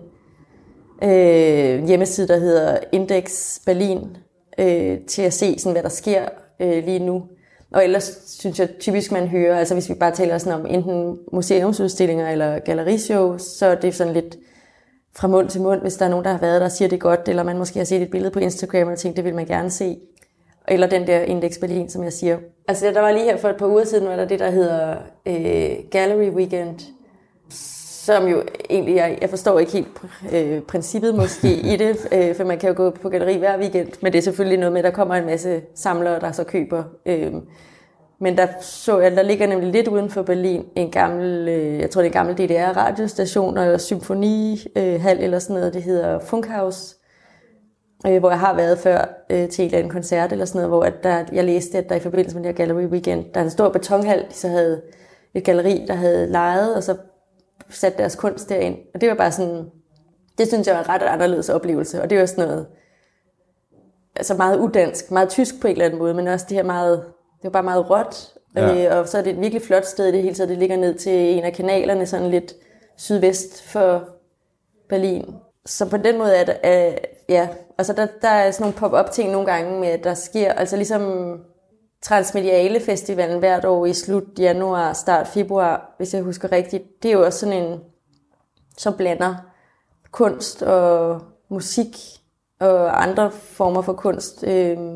hjemmeside, der hedder Index Berlin, til at se, sådan, hvad der sker lige nu. Og ellers synes jeg typisk, man hører, altså hvis vi bare taler sådan om enten museumsudstillinger eller gallerishow, så er det sådan lidt fra mund til mund, hvis der er nogen, der har været der og siger det godt, eller man måske har set et billede på Instagram og tænkt, det vil man gerne se. Eller den der Index Berlin, som jeg siger. Altså der var lige her for et par uger siden, var der det, der hedder Gallery Weekend, som jo egentlig, jeg forstår ikke helt princippet måske i det, for man kan jo gå på galleri hver weekend, men det er selvfølgelig noget med, at der kommer en masse samlere, der så køber. Men der ligger nemlig lidt uden for Berlin en gammel, jeg tror det er en gammel DDR-radiostation og symfonihal eller sådan noget, det hedder Funkhaus, hvor jeg har været før til en koncert eller sådan noget, hvor jeg læste, at der i forbindelse med det her Gallery Weekend, der er en stor betonhal, de så havde et galleri, der havde lejet, og så sat deres kunst derind. Og det var bare sådan, det synes jeg var en ret anderledes oplevelse, og det var sådan noget, altså meget udansk, meget tysk på en eller anden måde, men også det her meget, det var bare meget råt, og så er det et virkelig flot sted i det hele taget, det ligger ned til en af kanalerne, sådan lidt sydvest for Berlin. Så på den måde er det, altså der er sådan nogle pop-up ting nogle gange med, at der sker, altså ligesom Transmediale Festivalen hvert år i slut januar, start februar, hvis jeg husker rigtigt. Det er jo også sådan en, som blander kunst og musik og andre former for kunst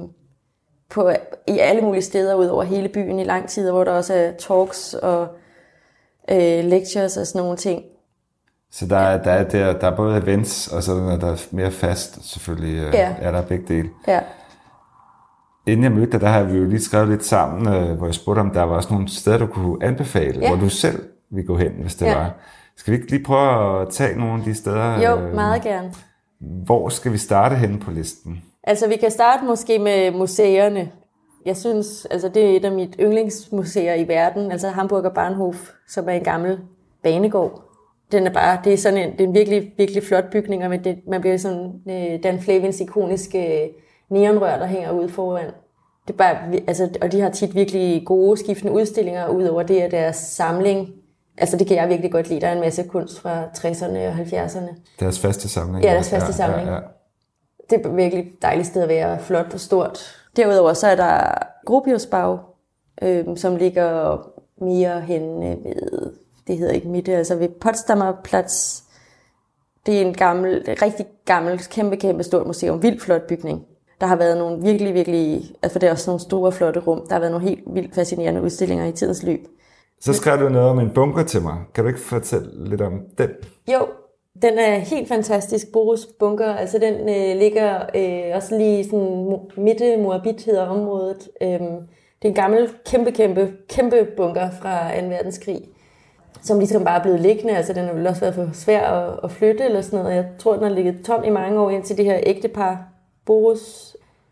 i alle mulige steder ud over hele byen i lang tid, hvor der også er talks og lectures og sådan nogle ting. Så der er både events og sådan noget, der er mere fast selvfølgelig. Er der begge dele. Ja. Inden jeg mødte dig, der har vi jo lige skrevet lidt sammen, hvor jeg spurgte, om der var også nogle steder, du kunne anbefale, hvor du selv ville gå hen, hvis det var. Skal vi ikke lige prøve at tage nogle af de steder? Jo, meget gerne. Hvor skal vi starte henne på listen? Altså, vi kan starte måske med museerne. Jeg synes, altså det er et af mit yndlingsmuseer i verden, altså Hamburger Bahnhof, som er en gammel banegård. Det er en virkelig, virkelig flot bygning, og man bliver sådan Dan Flavins ikoniske neonrør, der hænger ude foran. Det er bare, altså, og de har tit virkelig gode skiftende udstillinger, ud over det af deres samling. Altså det kan jeg virkelig godt lide. Der er en masse kunst fra 60'erne og 70'erne. Deres faste samling. Ja, deres faste samling. Ja. Det er virkelig et dejligt sted at være, flot og stort. Derudover så er der Gropiusbau, som ligger mere henne ved, det hedder ikke Mitte, altså ved Potsdamer Platz. Det er en rigtig gammel, kæmpe stort museum, vildt flot bygning. Der har været nogle virkelig, altså det er også nogle store, flotte rum. Der har været nogle helt vildt fascinerende udstillinger i tidens løb. Så skrev du noget om en bunker til mig. Kan du ikke fortælle lidt om den? Jo, den er helt fantastisk. Borus bunker, altså den ligger også lige sådan Mitte Moabit hedder området. Det er en gammel, kæmpe bunker fra 2. verdenskrig. som ligesom bare er blevet liggende. Altså den har vel også været for svær at flytte eller sådan noget. Jeg tror, den har ligget tom i mange år, indtil det her ægtepar, Boris,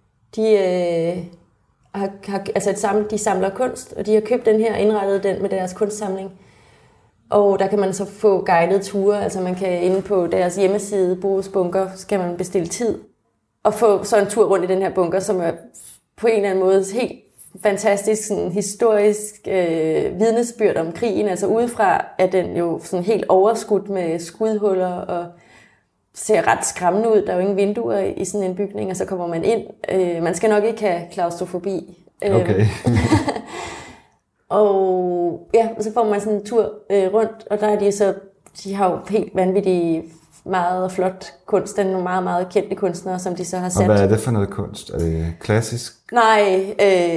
de samler kunst, og de har købt den her og indrettet den med deres kunstsamling. Og der kan man så få guidede ture, altså man kan inde på deres hjemmeside, Boris Bunker, skal man bestille tid, og få så en tur rundt i den her bunker, som er på en eller anden måde helt fantastisk sådan historisk vidnesbyrd om krigen. Altså udefra er den jo sådan helt overskudt med skudhuller og ser ret skræmmende ud. Der er jo ingen vinduer i sådan en bygning, og så kommer man ind. Man skal nok ikke have klaustrofobi. Okay. Og ja, så får man sådan en tur rundt, og der er de har jo helt vanvittigt meget flot kunst. Den er nogle meget, meget kendte kunstnere, som de så har sat. Og hvad er det for noget kunst? Er det klassisk? Nej,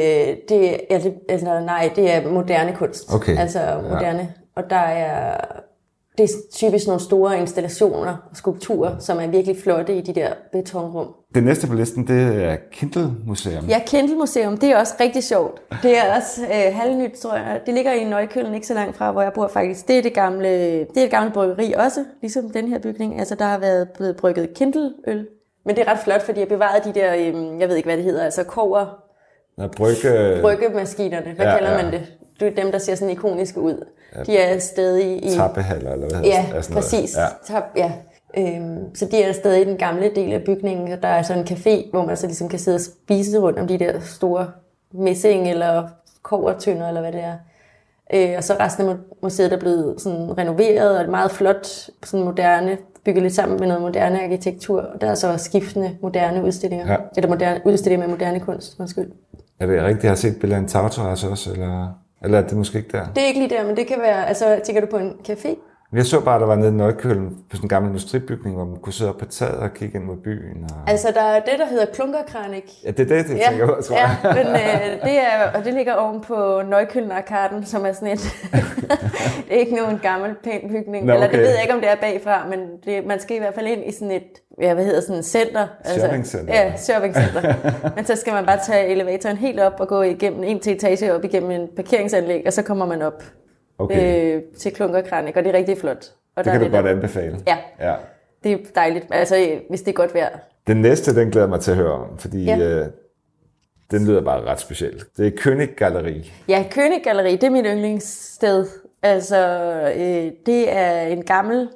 det er moderne kunst. Okay. Altså moderne. Ja. Og det er typisk nogle store installationer og skulpturer, som er virkelig flotte i de der betonrum. Det næste på listen, det er Kindle Museum. Ja, Kindle Museum, det er også rigtig sjovt. Det er også halvnyt, tror jeg. Det ligger i Neukölln, ikke så langt fra, hvor jeg bor faktisk. Det er et gammelt bryggeri også, ligesom den her bygning. Altså, der har blevet brygget Kindle-øl. Men det er ret flot, fordi jeg bevarede de der, jeg ved ikke, hvad det hedder, altså kover. Bryggemaskinerne, hvad kalder man det? Det er dem, der ser sådan ikoniske ud. Ja. De er stadig i... Tappehaller, eller hvad hedder det? Ja, præcis. Ja. Så de er stadig i den gamle del af bygningen, og der er så en café, hvor man så ligesom kan sidde og spise rundt om de der store messing eller kobbertønder, eller hvad det er. Og så resten af museet er blevet sådan renoveret, og det er meget flot, sådan moderne, bygget lidt sammen med noget moderne arkitektur. Og der er så skiftende moderne udstillinger, eller udstillinger med moderne kunst, undskyld. Er det rigtigt, jeg har set billeder af en tagterrasse også, eller er det måske ikke der? Det er ikke lige der, men det kan være, altså tænker du på en café? Jeg så bare, der var nede i Neukölln på sådan en gammel industribygning, hvor man kunne sidde op på taget og kigge ind mod byen. Og... Altså, der er det, der hedder Klunkerkranik. Ja, det er det, jeg tænker på, tror jeg. Ja, men det ligger oven på Neukölln-arkaden, som er sådan et... det er ikke nogen gammel, pæn bygning. Nå, okay. Eller det ved jeg ikke, om det er bagfra, men man skal i hvert fald ind i sådan et, sådan et center. Shoppingcenter. Ja, shoppingcenter. Men så skal man bare tage elevatoren helt op og gå igennem en til etage op igennem en parkeringsanlæg, og så kommer man op. Okay. Til Klunkerkranik, og det er rigtig flot. Og det kan du godt anbefale. Ja, det er dejligt, altså hvis det er godt vejr. Den næste, den glæder mig til at høre om, fordi den lyder bare ret specielt. Det er König Galleri. Ja, König Galleri, det er mit yndlingssted. Altså, det er en gammel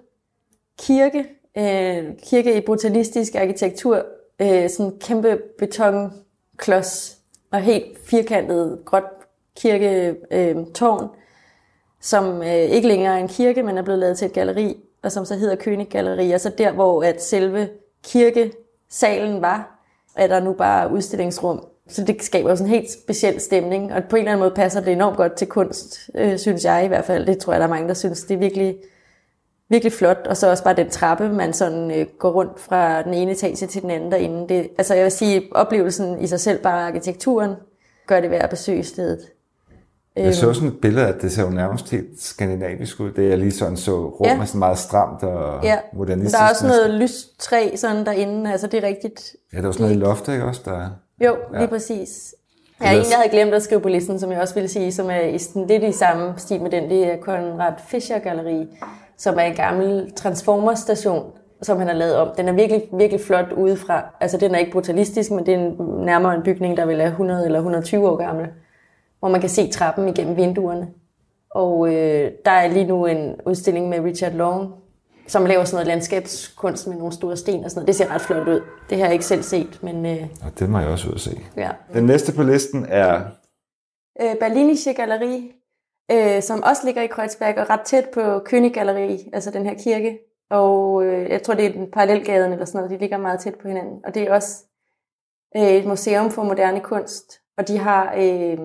kirke i brutalistisk arkitektur. Sådan en kæmpe betonklods og helt firkantet gråt kirketårn. Som ikke længere er en kirke, men er blevet lavet til et galleri, og som så hedder König Galleri. Altså der, hvor at selve kirkesalen var, er der nu bare udstillingsrum. Så det skaber sådan en helt speciel stemning, og på en eller anden måde passer det enormt godt til kunst, synes jeg i hvert fald. Det tror jeg, der er mange, der synes. Det er virkelig, virkelig flot, og så også bare den trappe, man sådan går rundt fra den ene etage til den anden derinde. Altså jeg vil sige, oplevelsen i sig selv, bare arkitekturen, gør det værd at besøge stedet. Jeg så sådan et billede, at det ser jo nærmest helt skandinavisk ud. Det er lige sådan så rummet sådan meget stramt og modernistisk. Der er også noget lystræ sådan derinde, altså det er rigtigt. Ja, der er også noget i loftet, ikke også? Der... Jo, lige præcis. Ja, en, jeg havde glemt at skrive på listen, som jeg også ville sige, som er lidt i samme stil med den, det er Konrad Fischer Galleri, som er en gammel transformerstation, som han har lavet om. Den er virkelig, virkelig flot udefra. Altså den er ikke brutalistisk, men det er nærmere en bygning, der vil er 100 eller 120 år gammel, hvor man kan se trappen igennem vinduerne. Og der er lige nu en udstilling med Richard Long, som laver sådan noget landskabskunst med nogle store sten og sådan noget. Det ser ret flot ud. Det har jeg ikke selv set, men... Og det må jeg også ud at se. Ja. Den næste på listen er... Berlinische Galleri, som også ligger i Kreuzberg og ret tæt på König Galleri, altså den her kirke. Og jeg tror, det er den parallelgaden eller sådan noget. De ligger meget tæt på hinanden. Og det er også et museum for moderne kunst. Og de har...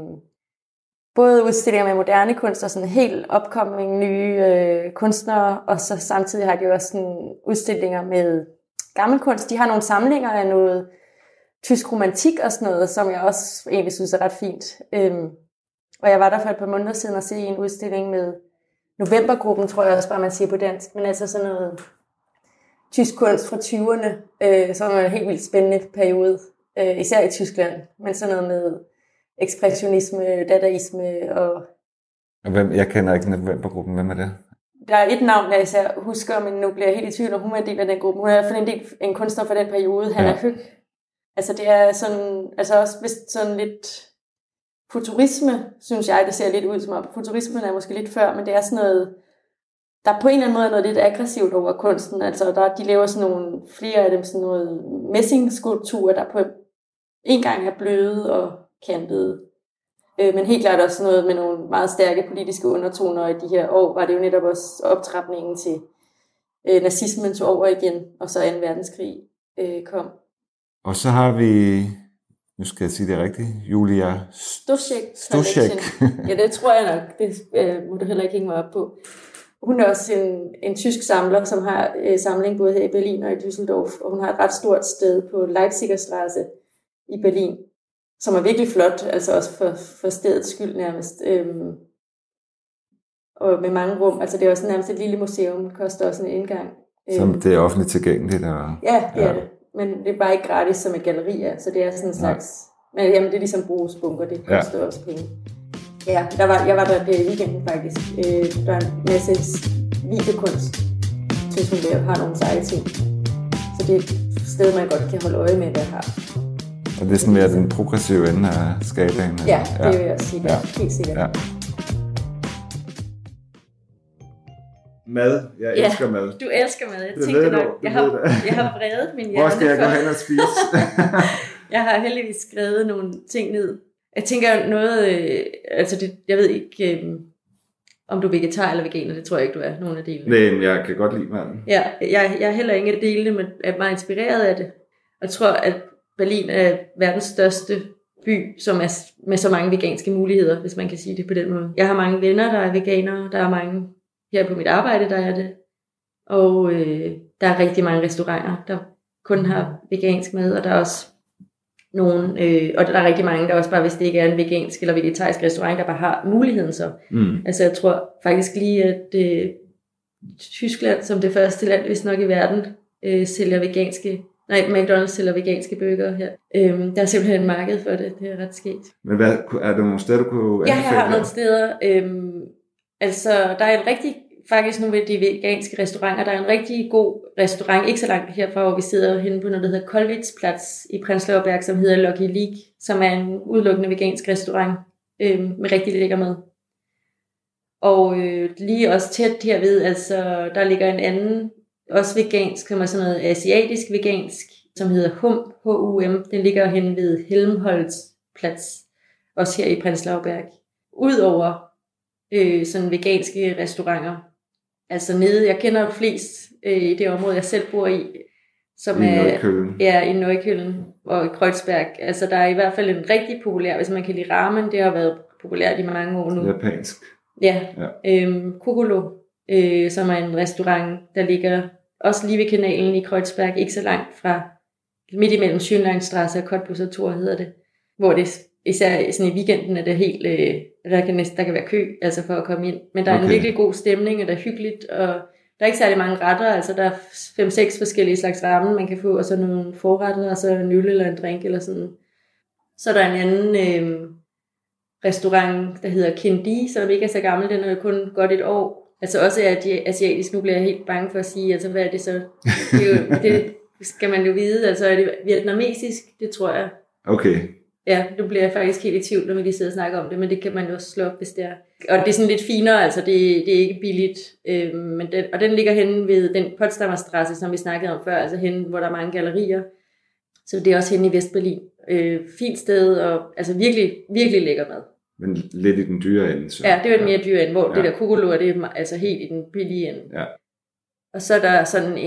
både udstillinger med moderne kunst og sådan helt opkommende nye kunstnere, og så samtidig har de også sådan udstillinger med gammel kunst. De har nogle samlinger af noget tysk romantik og sådan noget, som jeg også egentlig synes er ret fint. Og jeg var der for et par måneder siden og se en udstilling med Novembergruppen, tror jeg også bare, man siger på dansk, men altså sådan noget tysk kunst fra 20'erne, som er en helt vildt spændende periode, især i Tyskland, men sådan noget med ekspressionisme, dadaisme og Jeg kender ikke Novembergruppen. Hvem er det? Der er et navn, jeg især husker, men nu bliver jeg helt i tvivl, om hun er en del af den gruppe. Hun er i hvert fald en kunstner for den periode. Han er Høg. Altså det er sådan, altså også vist sådan lidt futurisme, synes jeg, det ser lidt ud som om. Futurismen er måske lidt før, men det er sådan noget, der er på en eller anden måde noget lidt aggressivt over kunsten. Altså de laver sådan nogle, flere af dem sådan noget messingskulpturer, der på en gang er bløde og kantede. Men helt klart også noget med nogle meget stærke politiske undertoner, og i de her år var det jo netop også optrapningen til nazismen tog over igen, og så 2. verdenskrig kom. Og så har vi, nu skal jeg sige det rigtigt, Julia Stušek. Ja, det tror jeg nok. Det må du heller ikke hænge mig op på. Hun er også en tysk samler, som har samling både her i Berlin og i Düsseldorf, og hun har et ret stort sted på Leipziger Straße i Berlin, som er virkelig flot, altså også for stedets skyld nærmest. Og med mange rum, altså det er også nærmest et lille museum, det koster også en indgang. Som det er offentligt tilgængeligt? Og... Ja, det er det. Men det er bare ikke gratis, som et galleri er, så det er sådan en slags... Men jamen, det er ligesom brugsbunker, det koster også penge. Ja, jeg var der i weekenden faktisk. Der er en masse videokunst, synes hun har nogle seje ting. Så det er et sted, man godt kan holde øje med, hvad jeg har. Og det er sådan mere den progressive ende af skalaen? Ja, det vil jeg sige, helt sikkert. Ja. Mad. Jeg elsker mad. Du elsker mad. Jeg tænkte nok, jeg har vredet min hjerne. Hvor skal jeg gå hen og spise? Jeg har heldigvis skrevet nogle ting ned. Jeg tænker noget, jeg ved ikke, om du er vegetar eller veganer, det tror jeg ikke, du er, nogle af delene. Nej, men jeg kan godt lide maden. Ja, jeg er heller ingen af delene, men er meget inspireret af det. Jeg tror, at Berlin er verdens største by, som er med så mange veganske muligheder, hvis man kan sige det på den måde. Jeg har mange venner, der er veganere, der er mange her på mit arbejde, der er det. Og der er rigtig mange restauranter, der kun har vegansk mad, og der er også nogen, og der er rigtig mange, der også bare, hvis det ikke er en vegansk eller vegetarisk restaurant, der bare har muligheden så. Altså jeg tror faktisk lige, at Tyskland som det første land, hvis nok i verden, sælger McDonald's sælger veganske burger her. Der er simpelthen et marked for det, det er ret sket. Men er der nogle steder, du kunne anbefale? Ja, jeg har nogle steder. Altså, der er en rigtig, faktisk nu ved de veganske restauranter, der er en rigtig god restaurant, ikke så langt herfra, hvor vi sidder henne på noget, der hedder Kollwitzplatz i Prenzlauer Berg, som hedder Lucky League, som er en udelukkende vegansk restaurant med rigtig lækker mad. Og lige også tæt herved, altså der ligger en anden, også vegansk, som er sådan noget asiatisk vegansk, som hedder HUM. Den ligger hen ved Helmholtzplatz, også her i Prenzlauer Berg. Udover sådan veganske restauranter, altså nede, jeg kender flest i det område, jeg selv bor i, som i Neukölln. Ja, i Neukölln og i Kreuzberg. Altså der er i hvert fald en rigtig populær, hvis man kan lide ramen, det har været populært i mange år nu. Japansk. Ja. Kokolo, som er en restaurant, der ligger også lige ved kanalen i Kreuzberg, ikke så langt fra, midt imellem Schönleinstraße og Cottbusser Tor hedder det, hvor det især sådan i weekenden er det helt, der kan være kø, altså for at komme ind. Men der er en virkelig god stemning, og der er hyggeligt, og der er ikke særlig mange retter, altså der er 5-6 forskellige slags ramen, man kan få, og så nogle forretter, og så en øl eller en drink eller sådan. Så der er en anden restaurant, der hedder Kindi, som ikke er så gammel, den er jo kun godt et år. Altså også er de asiatisk, nu bliver jeg helt bange for at sige, altså hvad er det så? Det skal man jo vide, altså er det vietnamesisk, det tror jeg. Okay. Ja, nu bliver jeg faktisk helt i tvivl, når vi lige sidder og snakker om det, men det kan man jo også slå op, hvis det er. Og det er sådan lidt finere, altså det er ikke billigt. Men den ligger henne ved den Potsdamer Straße, som vi snakkede om før, altså henne, hvor der er mange gallerier. Så det er også henne i Vestberlin. Fint sted, og altså virkelig, virkelig lækker mad. Men lidt i den dyre ende. Så. Ja, det er jo mere dyre ende, hvor det der kokolo er, det er altså helt i den billige ende. Ja. Og så er der sådan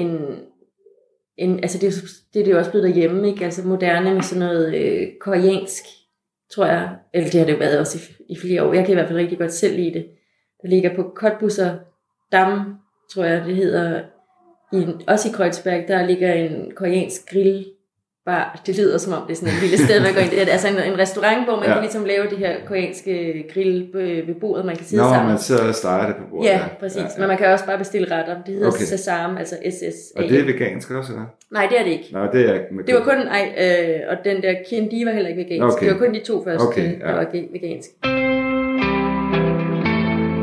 altså det er jo også blevet derhjemme, ikke? Altså moderne med sådan noget koreansk, tror jeg. Eller det har det jo været også i flere år. Jeg kan i hvert fald rigtig godt selv lide det. Der ligger på Cottbusser Dam, tror jeg det hedder. Også i Kreuzberg, der ligger en koreansk grill. Det lyder som om det er sådan et lille sted, man går ind. Det er altså en restaurant, hvor man kan ligesom lave det her koreanske grill ved bordet, man kan sidde sammen. Man sidder og steger det på bordet. Ja, præcis. Ja. Men man kan også bare bestille retter. Det hedder Sesam, altså SSA. Og det er vegansk også, eller? Nej, det er det ikke. Nej, det er det var kun, og den der Kindi var heller ikke vegansk. Okay. Det var kun de 2 første, der var vegansk.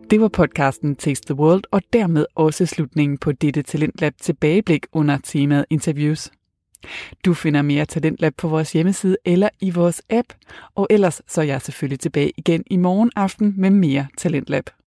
Det var podcasten Taste the World, og dermed også slutningen på dette Talentlab tilbageblik under temaet interviews. Du finder mere Talentlab på vores hjemmeside eller i vores app, og ellers så er jeg selvfølgelig tilbage igen i morgen aften med mere Talentlab.